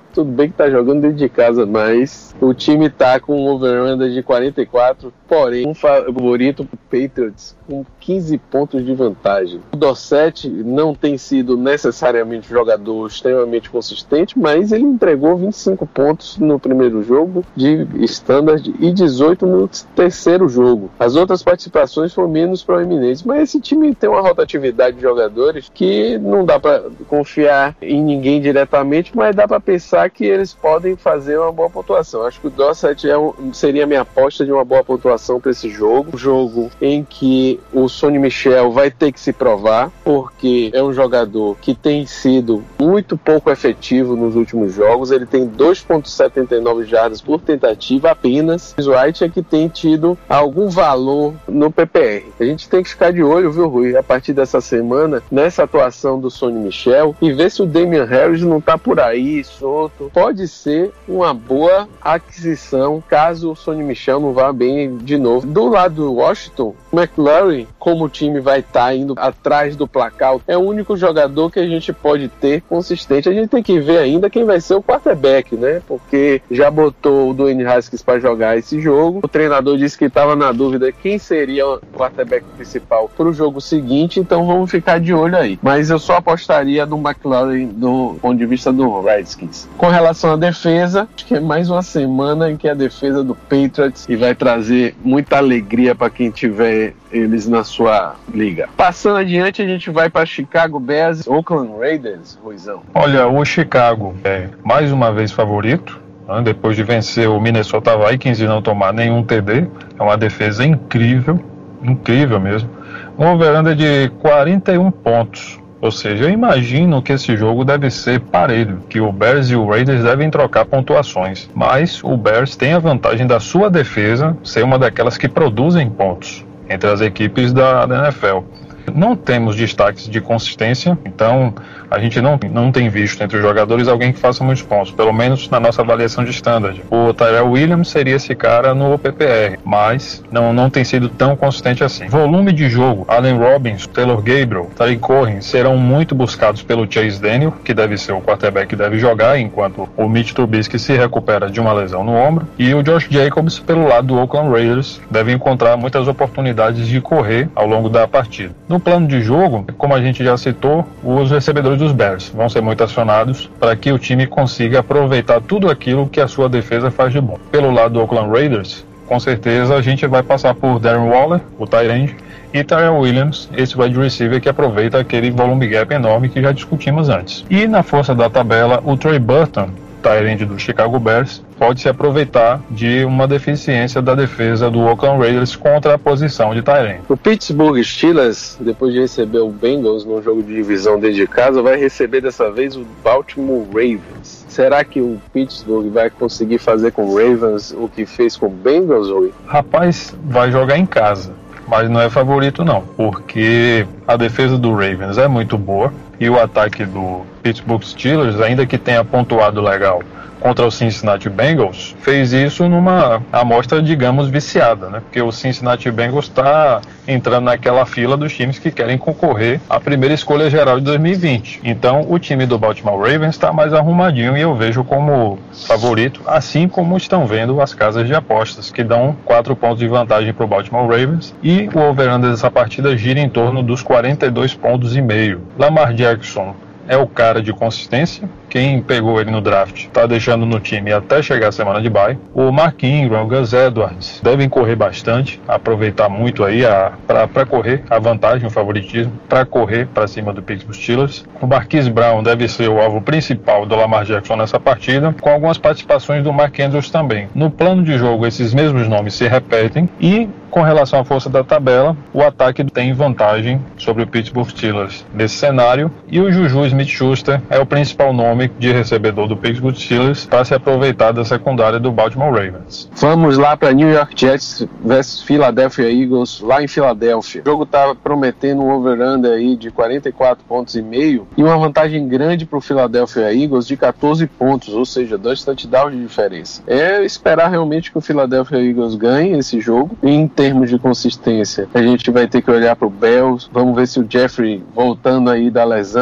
Tudo bem que tá jogando dentro de casa, mas o time tá com um over-under de quarenta e quatro, porém um favorito pro Patriots com quinze pontos de vantagem. O Dorsett não tem sido necessariamente um jogador extremamente consistente, mas ele entregou vinte e cinco pontos no primeiro jogo de standard e dezoito no terceiro jogo. As outras participações foram menos proeminentes, mas esse time tem uma rotatividade de jogadores que não dá para confiar em ninguém diretamente, mas dá para pensar que eles podem fazer uma boa pontuação. Acho que o Dorsett é um, seria a minha aposta de uma boa pontuação para esse jogo. Um jogo em que o Sonny Michel vai ter que se provar, porque é um jogador que tem sido muito pouco efetivo nos últimos jogos. Ele tem dois vírgula setenta e nove jardas por tentativa apenas. O White é que tem tido algum valor no P P R. A gente tem que ficar de olho, viu, Rui, a partir dessa semana, nessa atuação do Sonny Michel e ver se o Damian Harris não tá por aí, solto. Pode ser uma boa aquisição caso o Sonny Michel não vá bem de novo. Do lado do Washington, o McLaurin, como o time vai estar tá indo atrás do placar, é o único jogador que a gente pode ter consistente. A gente tem que ver ainda quem vai ser o quarterback, né? Porque já botou o Dwayne Haskins para jogar esse jogo. O treinador disse que estava na dúvida quem seria o quarterback principal para o jogo seguinte, então vamos ficar de olho aí. Mas eu só apostaria no McLaurin do ponto de vista do Redskins. Com relação à defesa, acho que é mais uma semana em que a defesa do Patriots e vai trazer muita alegria para quem tiver eles na sua liga. Passando adiante, a gente vai para Chicago Bears, Oakland Raiders, Ruizão. Olha, o Chicago é mais uma vez favorito, né, depois de vencer o Minnesota Vikings e não tomar nenhum T D. É uma defesa incrível, incrível mesmo. Um over-under de quarenta e um pontos. Ou seja, eu imagino que esse jogo deve ser parelho, que o Bears e o Raiders devem trocar pontuações. Mas o Bears tem a vantagem da sua defesa ser uma daquelas que produzem pontos entre as equipes da, da N F L. Não temos destaques de consistência, então a gente não, não tem visto entre os jogadores alguém que faça muitos pontos, pelo menos na nossa avaliação de standard. O Tyrell Williams seria esse cara no P P R, mas não, não tem sido tão consistente assim. Volume de jogo, Allen Robinson, Taylor Gabriel, Tariq Cohen serão muito buscados pelo Chase Daniel, que deve ser o quarterback que deve jogar, enquanto o Mitch Trubisky se recupera de uma lesão no ombro, e o Josh Jacobs pelo lado do Oakland Raiders deve encontrar muitas oportunidades de correr ao longo da partida. No plano de jogo, como a gente já citou, os recebedores dos Bears vão ser muito acionados para que o time consiga aproveitar tudo aquilo que a sua defesa faz de bom. Pelo lado do Oakland Raiders, com certeza a gente vai passar por Darren Waller, o tight end, e Tyrell Williams, esse wide receiver que aproveita aquele volume gap enorme que já discutimos antes. E na força da tabela, o Trey Burton, tight end do Chicago Bears, pode se aproveitar de uma deficiência da defesa do Oakland Raiders contra a posição de tight end. O Pittsburgh Steelers, depois de receber o Bengals no jogo de divisão dentro de casa, vai receber dessa vez o Baltimore Ravens. Será que o Pittsburgh vai conseguir fazer com o Ravens o que fez com o Bengals, Rui? Rapaz, vai jogar em casa, mas não é favorito não, porque a defesa do Ravens é muito boa e o ataque do Pittsburgh Steelers, ainda que tenha pontuado legal contra o Cincinnati Bengals, fez isso numa amostra, digamos, viciada, né? Porque o Cincinnati Bengals está entrando naquela fila dos times que querem concorrer à primeira escolha geral de dois mil e vinte. Então, o time do Baltimore Ravens está mais arrumadinho e eu vejo como favorito, assim como estão vendo as casas de apostas, que dão quatro pontos de vantagem para o Baltimore Ravens, e o over-under dessa partida gira em torno dos quarenta e dois pontos e meio. Lamar Jackson é o cara de consistência. Quem pegou ele no draft está deixando no time até chegar a semana de bye. O Mark Ingram, o Gus Edwards devem correr bastante, aproveitar muito aí para correr a vantagem, o favoritismo, para correr para cima do Pittsburgh Steelers. O Marquise Brown deve ser o alvo principal do Lamar Jackson nessa partida, com algumas participações do Mark Andrews também. No plano de jogo, esses mesmos nomes se repetem e, com relação à força da tabela, o ataque tem vantagem sobre o Pittsburgh Steelers nesse cenário, e o Juju Smith-Schuster é o principal nome de recebedor do Pittsburgh Steelers para se aproveitar da secundária do Baltimore Ravens. Vamos lá para New York Jets versus Philadelphia Eagles, lá em Filadélfia. O jogo está prometendo um over-under aí de quarenta e quatro pontos e meio e uma vantagem grande para o Philadelphia Eagles de catorze pontos, ou seja, dois touchdowns de diferença. É esperar realmente que o Philadelphia Eagles ganhe esse jogo. Em termos de consistência, a gente vai ter que olhar para o Bills. Vamos ver se o Jeffrey, voltando aí da lesão,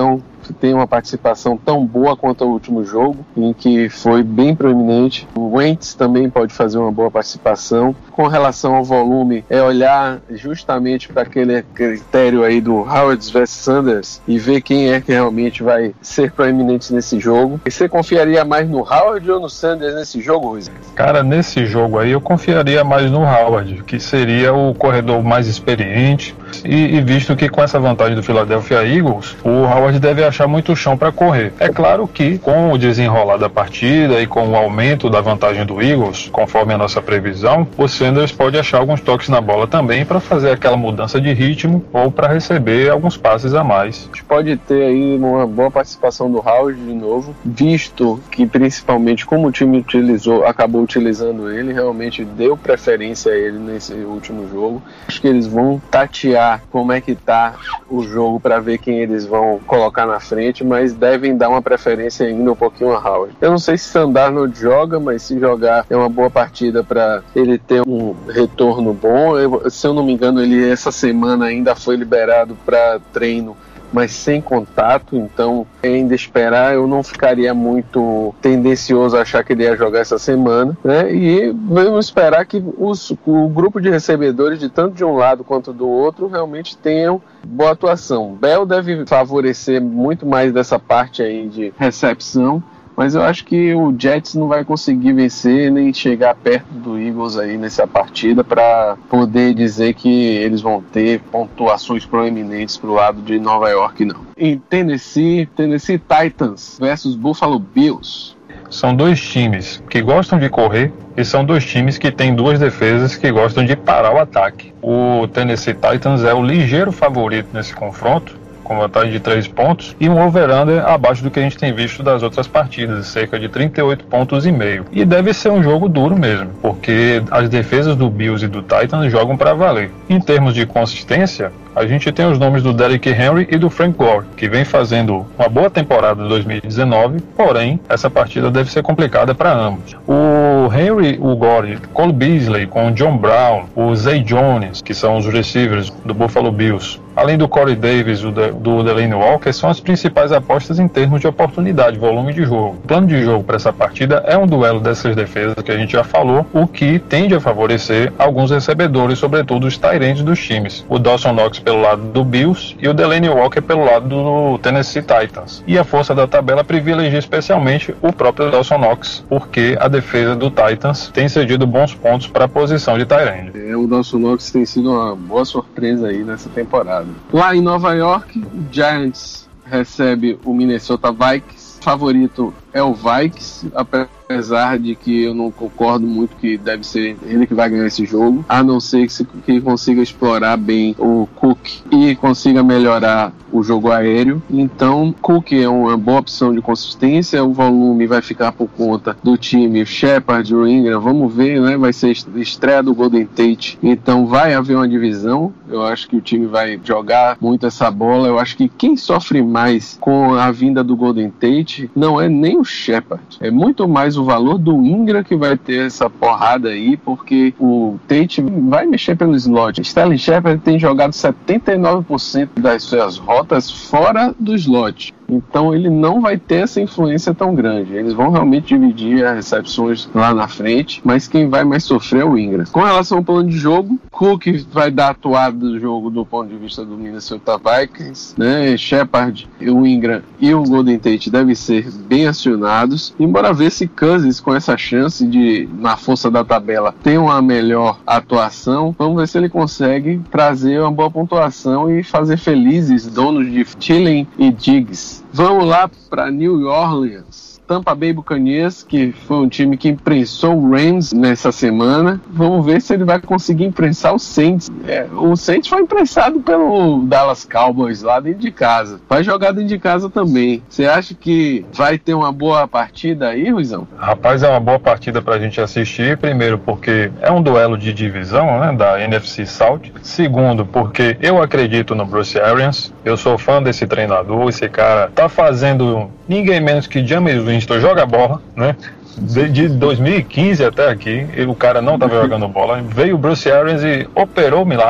que tenha uma participação tão boa quanto o último jogo, em que foi bem proeminente. O Wentz também pode fazer uma boa participação. Com relação ao volume, é olhar justamente para aquele critério aí do Howard versus Sanders e ver quem é que realmente vai ser proeminente nesse jogo. E você confiaria mais no Howard ou no Sanders nesse jogo, Ruiz? Cara, nesse jogo aí eu confiaria mais no Howard, que seria o corredor mais experiente, e, e visto que com essa vantagem do Philadelphia Eagles, o Howard deve achar muito chão para correr. É claro que com o desenrolar da partida e com o aumento da vantagem do Eagles, conforme a nossa previsão, o Sanders pode achar alguns toques na bola também para fazer aquela mudança de ritmo ou para receber alguns passes a mais. A gente pode ter aí uma boa participação do Howard de novo, visto que principalmente como o time utilizou, acabou utilizando ele, realmente deu preferência a ele nesse último jogo. Acho que eles vão tatear como é que tá o jogo para ver quem eles vão colocar na frente, mas devem dar uma preferência ainda um pouquinho a Howard. Eu não sei se Sandarnold joga, mas se jogar é uma boa partida para ele ter um retorno bom. Eu, se eu não me engano, ele essa semana ainda foi liberado para treino, mas sem contato, então ainda esperar. Eu não ficaria muito tendencioso a achar que ele ia jogar essa semana, né? E vamos esperar que os, o grupo de recebedores, de tanto de um lado quanto do outro, realmente tenham boa atuação. Bell deve favorecer muito mais dessa parte aí de recepção, mas eu acho que o Jets não vai conseguir vencer nem chegar perto do Eagles aí nessa partida para poder dizer que eles vão ter pontuações proeminentes pro lado de Nova York, não. Em Tennessee, Tennessee Titans versus Buffalo Bills. São dois times que gostam de correr e são dois times que têm duas defesas que gostam de parar o ataque. O Tennessee Titans é o ligeiro favorito nesse confronto, com vantagem de três pontos, e um over-under abaixo do que a gente tem visto das outras partidas, cerca de trinta e oito pontos e meio. E deve ser um jogo duro mesmo, porque as defesas do Bills e do Titans jogam para valer. Em termos de consistência, a gente tem os nomes do Derrick Henry e do Frank Gore, que vem fazendo uma boa temporada de dois mil e dezenove, porém, essa partida deve ser complicada para ambos. O Henry, o Gore, Cole Beasley com o John Brown, o Zay Jones, que são os receivers do Buffalo Bills, além do Corey Davis e do Delaney Walker, são as principais apostas em termos de oportunidade, volume de jogo. O plano de jogo para essa partida é um duelo dessas defesas que a gente já falou, o que tende a favorecer alguns recebedores, sobretudo os tight ends dos times. O Dawson Knox pelo lado do Bills e o Delaney Walker pelo lado do Tennessee Titans. E a força da tabela privilegia especialmente o próprio Dawson Knox, porque a defesa do Titans tem cedido bons pontos para a posição de tight end. É, o Dawson Knox tem sido uma boa surpresa aí nessa temporada. Lá em Nova York, o Giants recebe o Minnesota Vikings. O favorito é o Vikings, apesar de que eu não concordo muito que deve ser ele que vai ganhar esse jogo, a não ser que, se, que consiga explorar bem o Cook e consiga melhorar o jogo aéreo. Então, Cook é uma boa opção de consistência, o volume vai ficar por conta do time Shepard, o Ingram, vamos ver, né? Vai ser estreia do Golden Tate, então vai haver uma divisão. Eu acho que o time vai jogar muito essa bola. Eu acho que quem sofre mais com a vinda do Golden Tate não é nem o Shepard, é muito mais o valor do Ingram que vai ter essa porrada aí, porque o Tate vai mexer pelo slot. Sterling Shepard tem jogado setenta e nove por cento das suas rotas fora do slot, então ele não vai ter essa influência tão grande. Eles vão realmente dividir as recepções lá na frente, mas quem vai mais sofrer é o Ingram. Com relação ao plano de jogo, Cook vai dar a atuada do jogo do ponto de vista do Minnesota Vikings, né? Shepard, o Ingram e o Golden Tate devem ser bem acionados, embora ver se Cousins, com essa chance de, na força da tabela, ter uma melhor atuação. Vamos ver se ele consegue trazer uma boa pontuação e fazer felizes donos de Thielen e Diggs. Vamos lá para New Orleans. Tampa Bay Buccaneers, que foi um time que imprensou o Rams nessa semana. Vamos ver se ele vai conseguir imprensar o Saints. É, o Saints foi imprensado pelo Dallas Cowboys lá dentro de casa. Vai jogar dentro de casa também. Você acha que vai ter uma boa partida aí, Ruizão? Rapaz, é uma boa partida pra gente assistir. Primeiro, porque é um duelo de divisão, né, da N F C South. Segundo, porque eu acredito no Bruce Arians. Eu sou fã desse treinador. Esse cara tá fazendo ninguém menos que Jameis Winston joga bola, né? De dois mil e quinze até aqui, o cara não estava jogando bola. Veio o Bruce Arians e operou o milagre.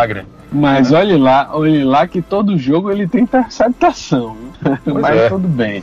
Mas olhe lá, olhe lá que todo jogo ele tem interceptação. Mas é. Tudo bem.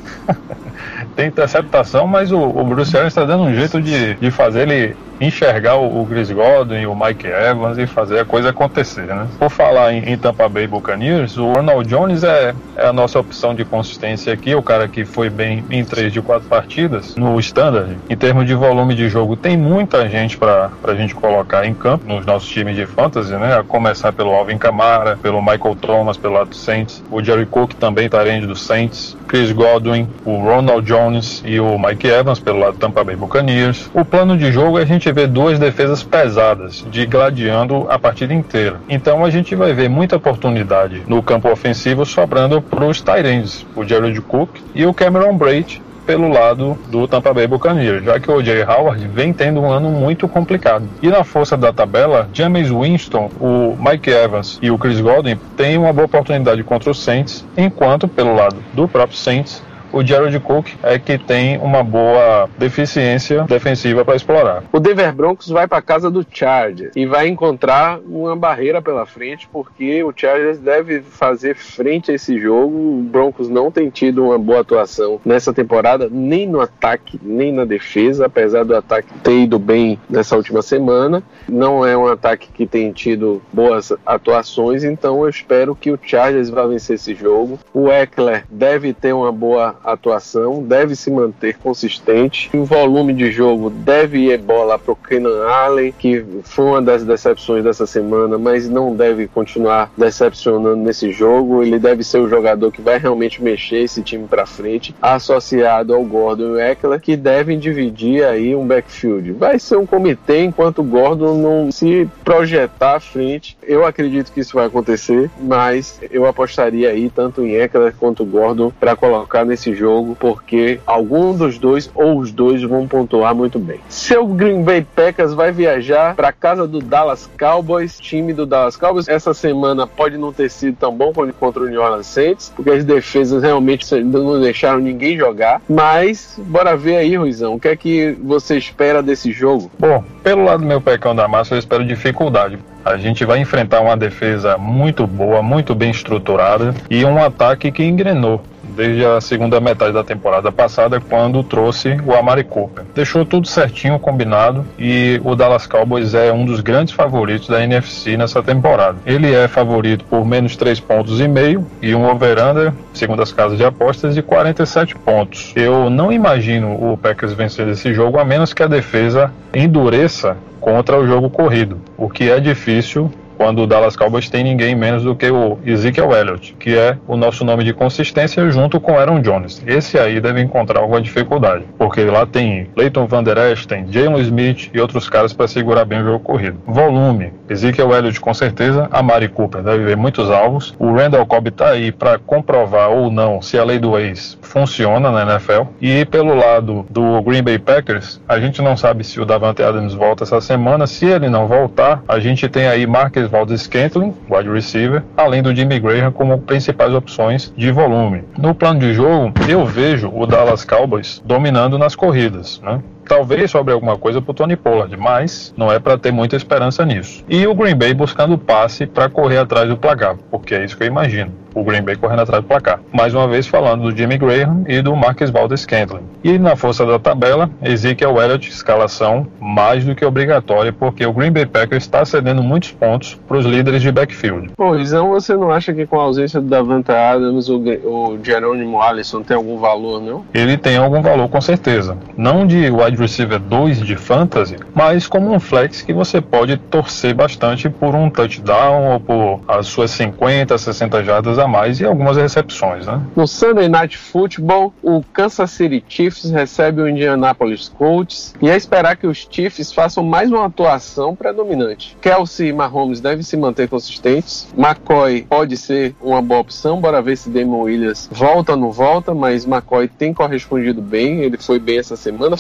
Tem interceptação, mas o, o Bruce Arians está dando um jeito de, de fazer ele enxergar o, o Chris Godwin, o Mike Evans e fazer a coisa acontecer, né? Por falar em, em Tampa Bay Buccaneers, o Ronald Jones é, é a nossa opção de consistência aqui, o cara que foi bem em três de quatro partidas no Standard. Em termos de volume de jogo, tem muita gente para a gente colocar em campo nos nossos times de fantasy, né? A começar pelo Alvin Kamara, pelo Michael Thomas, pelo lado do Saints, o Jerry Cook também está rende do Saints, Chris Godwin, o Ronald Jones e o Mike Evans pelo lado do Tampa Bay Buccaneers. O plano de jogo é a gente ver duas defesas pesadas, de gladiando a partida inteira. Então a gente vai ver muita oportunidade no campo ofensivo sobrando para os tight ends, o Jared Cook e o Cameron Brate pelo lado do Tampa Bay Buccaneers, já que o O J Howard vem tendo um ano muito complicado. E na força da tabela, Jameis Winston, o Mike Evans e o Chris Godwin têm uma boa oportunidade contra o Saints, enquanto pelo lado do próprio Saints, o Jared Cook é que tem uma boa deficiência defensiva para explorar. O Denver Broncos vai para casa do Chargers e vai encontrar uma barreira pela frente, porque o Chargers deve fazer frente a esse jogo. O Broncos não tem tido uma boa atuação nessa temporada, nem no ataque, nem na defesa, apesar do ataque ter ido bem nessa última semana. Não é um ataque que tem tido boas atuações, então eu espero que o Chargers vá vencer esse jogo. O Eckler deve ter uma boa atuação, deve se manter consistente. O volume de jogo deve ir bola para o Keenan Allen, que foi uma das decepções dessa semana, mas não deve continuar decepcionando nesse jogo. Ele deve ser o jogador que vai realmente mexer esse time para frente, associado ao Gordon e Eckler, que devem dividir aí um backfield. Vai ser um comitê enquanto o Gordon não se projetar à frente. Eu acredito que isso vai acontecer, mas eu apostaria aí tanto em Eckler quanto Gordon para colocar nesse jogo, porque algum dos dois ou os dois vão pontuar muito bem. Seu Green Bay Packers vai viajar para casa do Dallas Cowboys, time do Dallas Cowboys. Essa semana pode não ter sido tão bom contra o New Orleans Saints, porque as defesas realmente não deixaram ninguém jogar, mas bora ver aí, Ruizão, o que é que você espera desse jogo? Bom, pelo lado do meu pecão da massa, eu espero dificuldade. A gente vai enfrentar uma defesa muito boa, muito bem estruturada e um ataque que engrenou desde a segunda metade da temporada passada, quando trouxe o Amari Cooper. Deixou tudo certinho, combinado, e o Dallas Cowboys é um dos grandes favoritos da N F C nessa temporada. Ele é favorito por menos três pontos e meio e um over-under, segundo as casas de apostas, de quarenta e sete pontos. Eu não imagino o Packers vencer esse jogo, a menos que a defesa endureça contra o jogo corrido, o que é difícil quando o Dallas Cowboys tem ninguém menos do que o Ezekiel Elliott, que é o nosso nome de consistência, junto com Aaron Jones. Esse aí deve encontrar alguma dificuldade, porque lá tem Leighton Van Der Esch, tem Jalen Smith e outros caras para segurar bem o jogo corrido. Volume, Ezekiel Elliott com certeza, Amari Cooper deve ver muitos alvos, o Randall Cobb está aí para comprovar ou não se a lei do ex funciona na N F L, e pelo lado do Green Bay Packers, a gente não sabe se o Davante Adams volta essa semana. Se ele não voltar, a gente tem aí Marcus Valdes-Scantling, wide receiver, além do Jimmy Graham como principais opções de volume. No plano de jogo, eu vejo o Dallas Cowboys dominando nas corridas, né? Talvez sobre alguma coisa pro Tony Pollard, mas não é para ter muita esperança nisso. E o Green Bay buscando passe para correr atrás do placar, porque é isso que eu imagino. O Green Bay correndo atrás do placar. Mais uma vez falando do Jimmy Graham e do Marcus Valdes-Scantling. E na força da tabela, Ezekiel Elliott, escalação mais do que obrigatória, porque o Green Bay Packers está cedendo muitos pontos para os líderes de backfield. Pô, então você não acha que com a ausência do Davante Adams, o, o Jerônimo Allison tem algum valor, não? Ele tem algum valor, com certeza. Não de wide receiver dois de fantasy, mas como um flex que você pode torcer bastante por um touchdown ou por as suas cinquenta, sessenta jardas a mais e algumas recepções, né? No Sunday Night Football, o Kansas City Chiefs recebe o Indianapolis Colts e é esperar que os Chiefs façam mais uma atuação predominante. Kelsey e Mahomes devem se manter consistentes. McCoy pode ser uma boa opção, bora ver se Damon Williams volta ou não volta, mas McCoy tem correspondido bem, ele foi bem essa semana, foi bem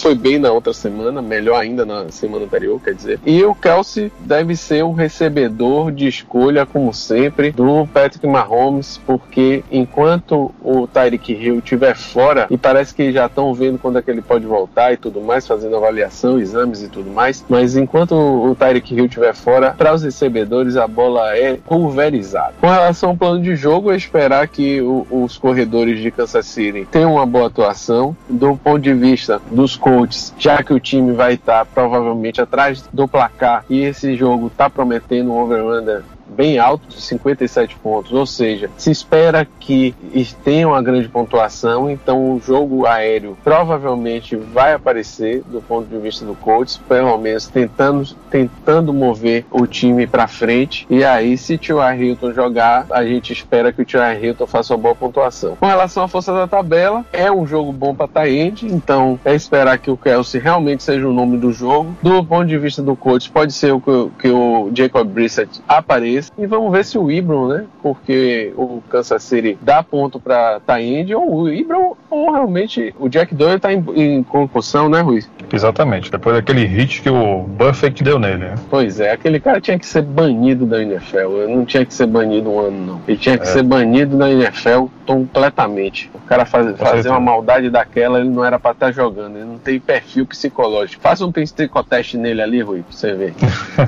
na outra semana, melhor ainda na semana anterior, quer dizer. E o Kelce deve ser um recebedor de escolha, como sempre, do Patrick Mahomes, porque enquanto o Tyreek Hill estiver fora, e parece que já estão vendo quando é que ele pode voltar e tudo mais, fazendo avaliação, exames e tudo mais, mas enquanto o Tyreek Hill estiver fora, para os recebedores a bola é pulverizada. Com relação ao plano de jogo, é esperar que o, os corredores de Kansas City tenham uma boa atuação. Do ponto de vista dos coaches, já que o time vai estar provavelmente atrás do placar e esse jogo está prometendo um over-under bem alto, de cinquenta e sete pontos, ou seja, se espera que tenha uma grande pontuação, então o jogo aéreo provavelmente vai aparecer do ponto de vista do coach, pelo menos tentando, tentando mover o time para frente, e aí se o T Y. Hilton jogar, a gente espera que o T Y. Hilton faça uma boa pontuação. Com relação à força da tabela, é um jogo bom para tight end, então é esperar que o Kelce realmente seja o nome do jogo. Do ponto de vista do coach, pode ser o que, que o Jacob Brissett apareça. E vamos ver se o Ibram, né? Porque o Kansas City dá ponto para tight end, ou o Ibram, ou realmente o Jack Doyle tá em, em concussão, né, Ruiz? Exatamente, depois daquele hit que o Buffett deu nele, né? Pois é, aquele cara tinha que ser banido da N F L, não tinha que ser banido um ano, não. Ele tinha que é. ser banido da N F L completamente. O cara faz, fazer uma maldade daquela, ele não era para estar jogando, ele não tem perfil psicológico. Faça um psicoteste nele ali, Rui, pra você ver.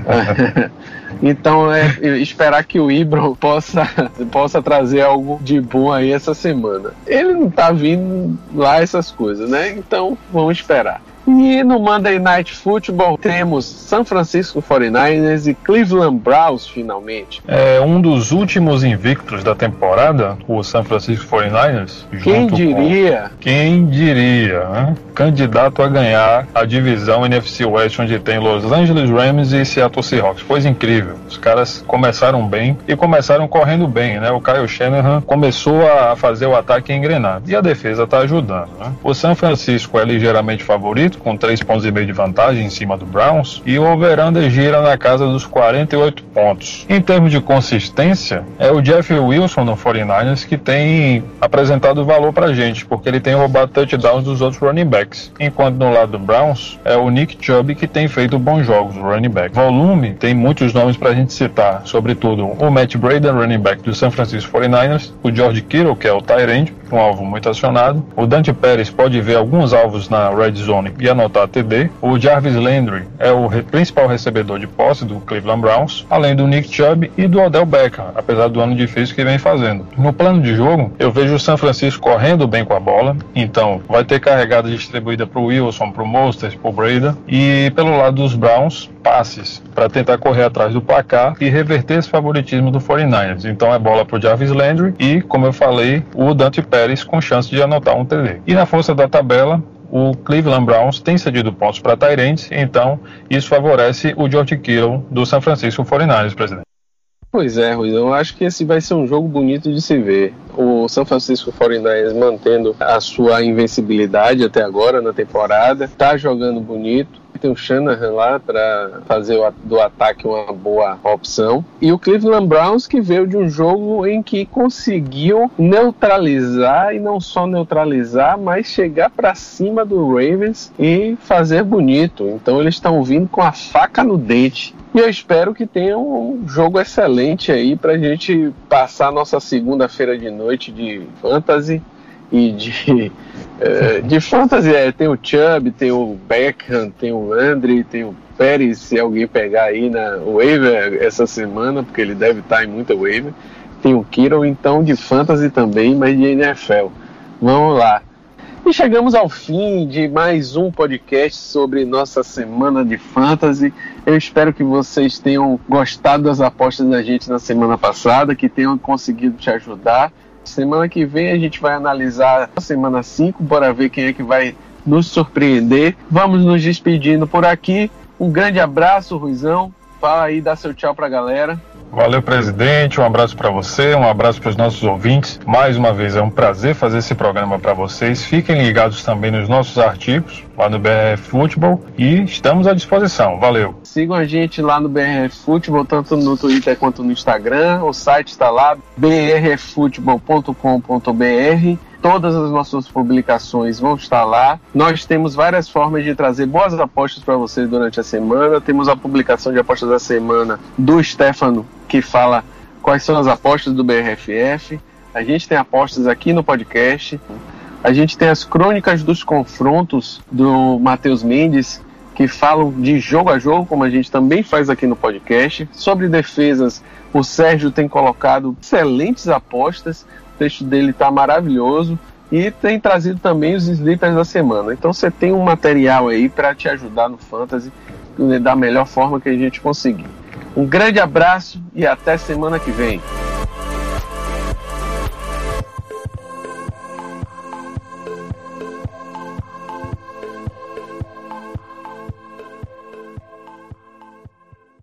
Então é esperar que o Ibram possa, possa trazer algo de bom aí essa semana. Ele não tá vindo lá essas coisas, né? Então vamos esperar. E no Monday Night Football temos San Francisco forty-niners e Cleveland Browns finalmente. É um dos últimos invictos da temporada, o San Francisco forty-niners. Quem diria? Com... Quem diria, né? Candidato a ganhar a divisão N F C West, onde tem Los Angeles Rams e Seattle Seahawks. Coisa incrível. Os caras começaram bem e começaram correndo bem, né? O Kyle Shanahan começou a fazer o ataque engrenar e a defesa está ajudando, né? O San Francisco é ligeiramente favorito, com três pontos e meio de vantagem em cima do Browns, e o over-under gira na casa dos quarenta e oito pontos. Em termos de consistência, é o Jeff Wilson no forty-niners que tem apresentado valor pra gente, porque ele tem roubado touchdowns dos outros running backs, enquanto no lado do Browns é o Nick Chubb que tem feito bons jogos, o running back. Volume, tem muitos nomes pra gente citar, sobretudo o Matt Breida, running back do San Francisco forty-niners, o George Kittle, que é o tight end, um alvo muito acionado, o Dante Pérez pode ver alguns alvos na red zone e anotar T D. O Jarvis Landry é o re- principal recebedor de posse do Cleveland Browns, além do Nick Chubb e do Odell Beckham, apesar do ano difícil que vem fazendo. No plano de jogo, eu vejo o San Francisco correndo bem com a bola, então vai ter carregada distribuída para o Wilson, para o Mostert, para o Breida, e pelo lado dos Browns, passes para tentar correr atrás do placar e reverter esse favoritismo do forty-niners. Então é bola para o Jarvis Landry e, como eu falei, o Dante Pérez com chance de anotar um T D. E na força da tabela, o Cleveland Browns tem cedido pontos para tight ends, então isso favorece o George Kittle do San Francisco forty-niners, presidente. Pois é, Rui, eu acho que esse vai ser um jogo bonito de se ver. O San Francisco forty-niners mantendo a sua invencibilidade até agora na temporada, tá jogando bonito. Tem o Shanahan lá para fazer o, do ataque uma boa opção. E o Cleveland Browns, que veio de um jogo em que conseguiu neutralizar, e não só neutralizar, mas chegar para cima do Ravens e fazer bonito. Então eles estão vindo com a faca no dente. E eu espero que tenha um jogo excelente aí para a gente passar nossa segunda-feira de noite de fantasy e de... Uh, de fantasy, é, tem o Chubb, tem o Beckham, tem o Landry, tem o Pérez, se alguém pegar aí na waiver essa semana, porque ele deve estar em muita waiver. Tem o Kittle, então de fantasy também, mas de N F L. Vamos lá. E chegamos ao fim de mais um podcast sobre nossa semana de fantasy. Eu espero que vocês tenham gostado das apostas da gente na semana passada, que tenham conseguido te ajudar. Semana que vem a gente vai analisar a semana cinco, bora ver quem é que vai nos surpreender. Vamos nos despedindo por aqui. Um grande abraço, Ruizão. Fala aí, dá seu tchau pra galera. Valeu, presidente, um abraço para você, um abraço para os nossos ouvintes. Mais uma vez, é um prazer fazer esse programa para vocês. Fiquem ligados também nos nossos artigos, lá no B R F Futebol, e estamos à disposição. Valeu! Sigam a gente lá no B R F Futebol, tanto no Twitter quanto no Instagram. O site está lá, b r f futebol ponto com ponto b r. Todas as nossas publicações vão estar lá. Nós temos várias formas de trazer boas apostas para vocês durante a semana. Temos a publicação de apostas da semana do Stefano, que fala quais são as apostas do B R F F. A gente tem apostas aqui no podcast. A gente tem as crônicas dos confrontos do Matheus Mendes, que falam de jogo a jogo, como a gente também faz aqui no podcast. Sobre defesas, o Sérgio tem colocado excelentes apostas. O texto dele está maravilhoso e tem trazido também os sleepers da semana. Então você tem um material aí para te ajudar no Fantasy da melhor forma que a gente conseguir. Um grande abraço e até semana que vem.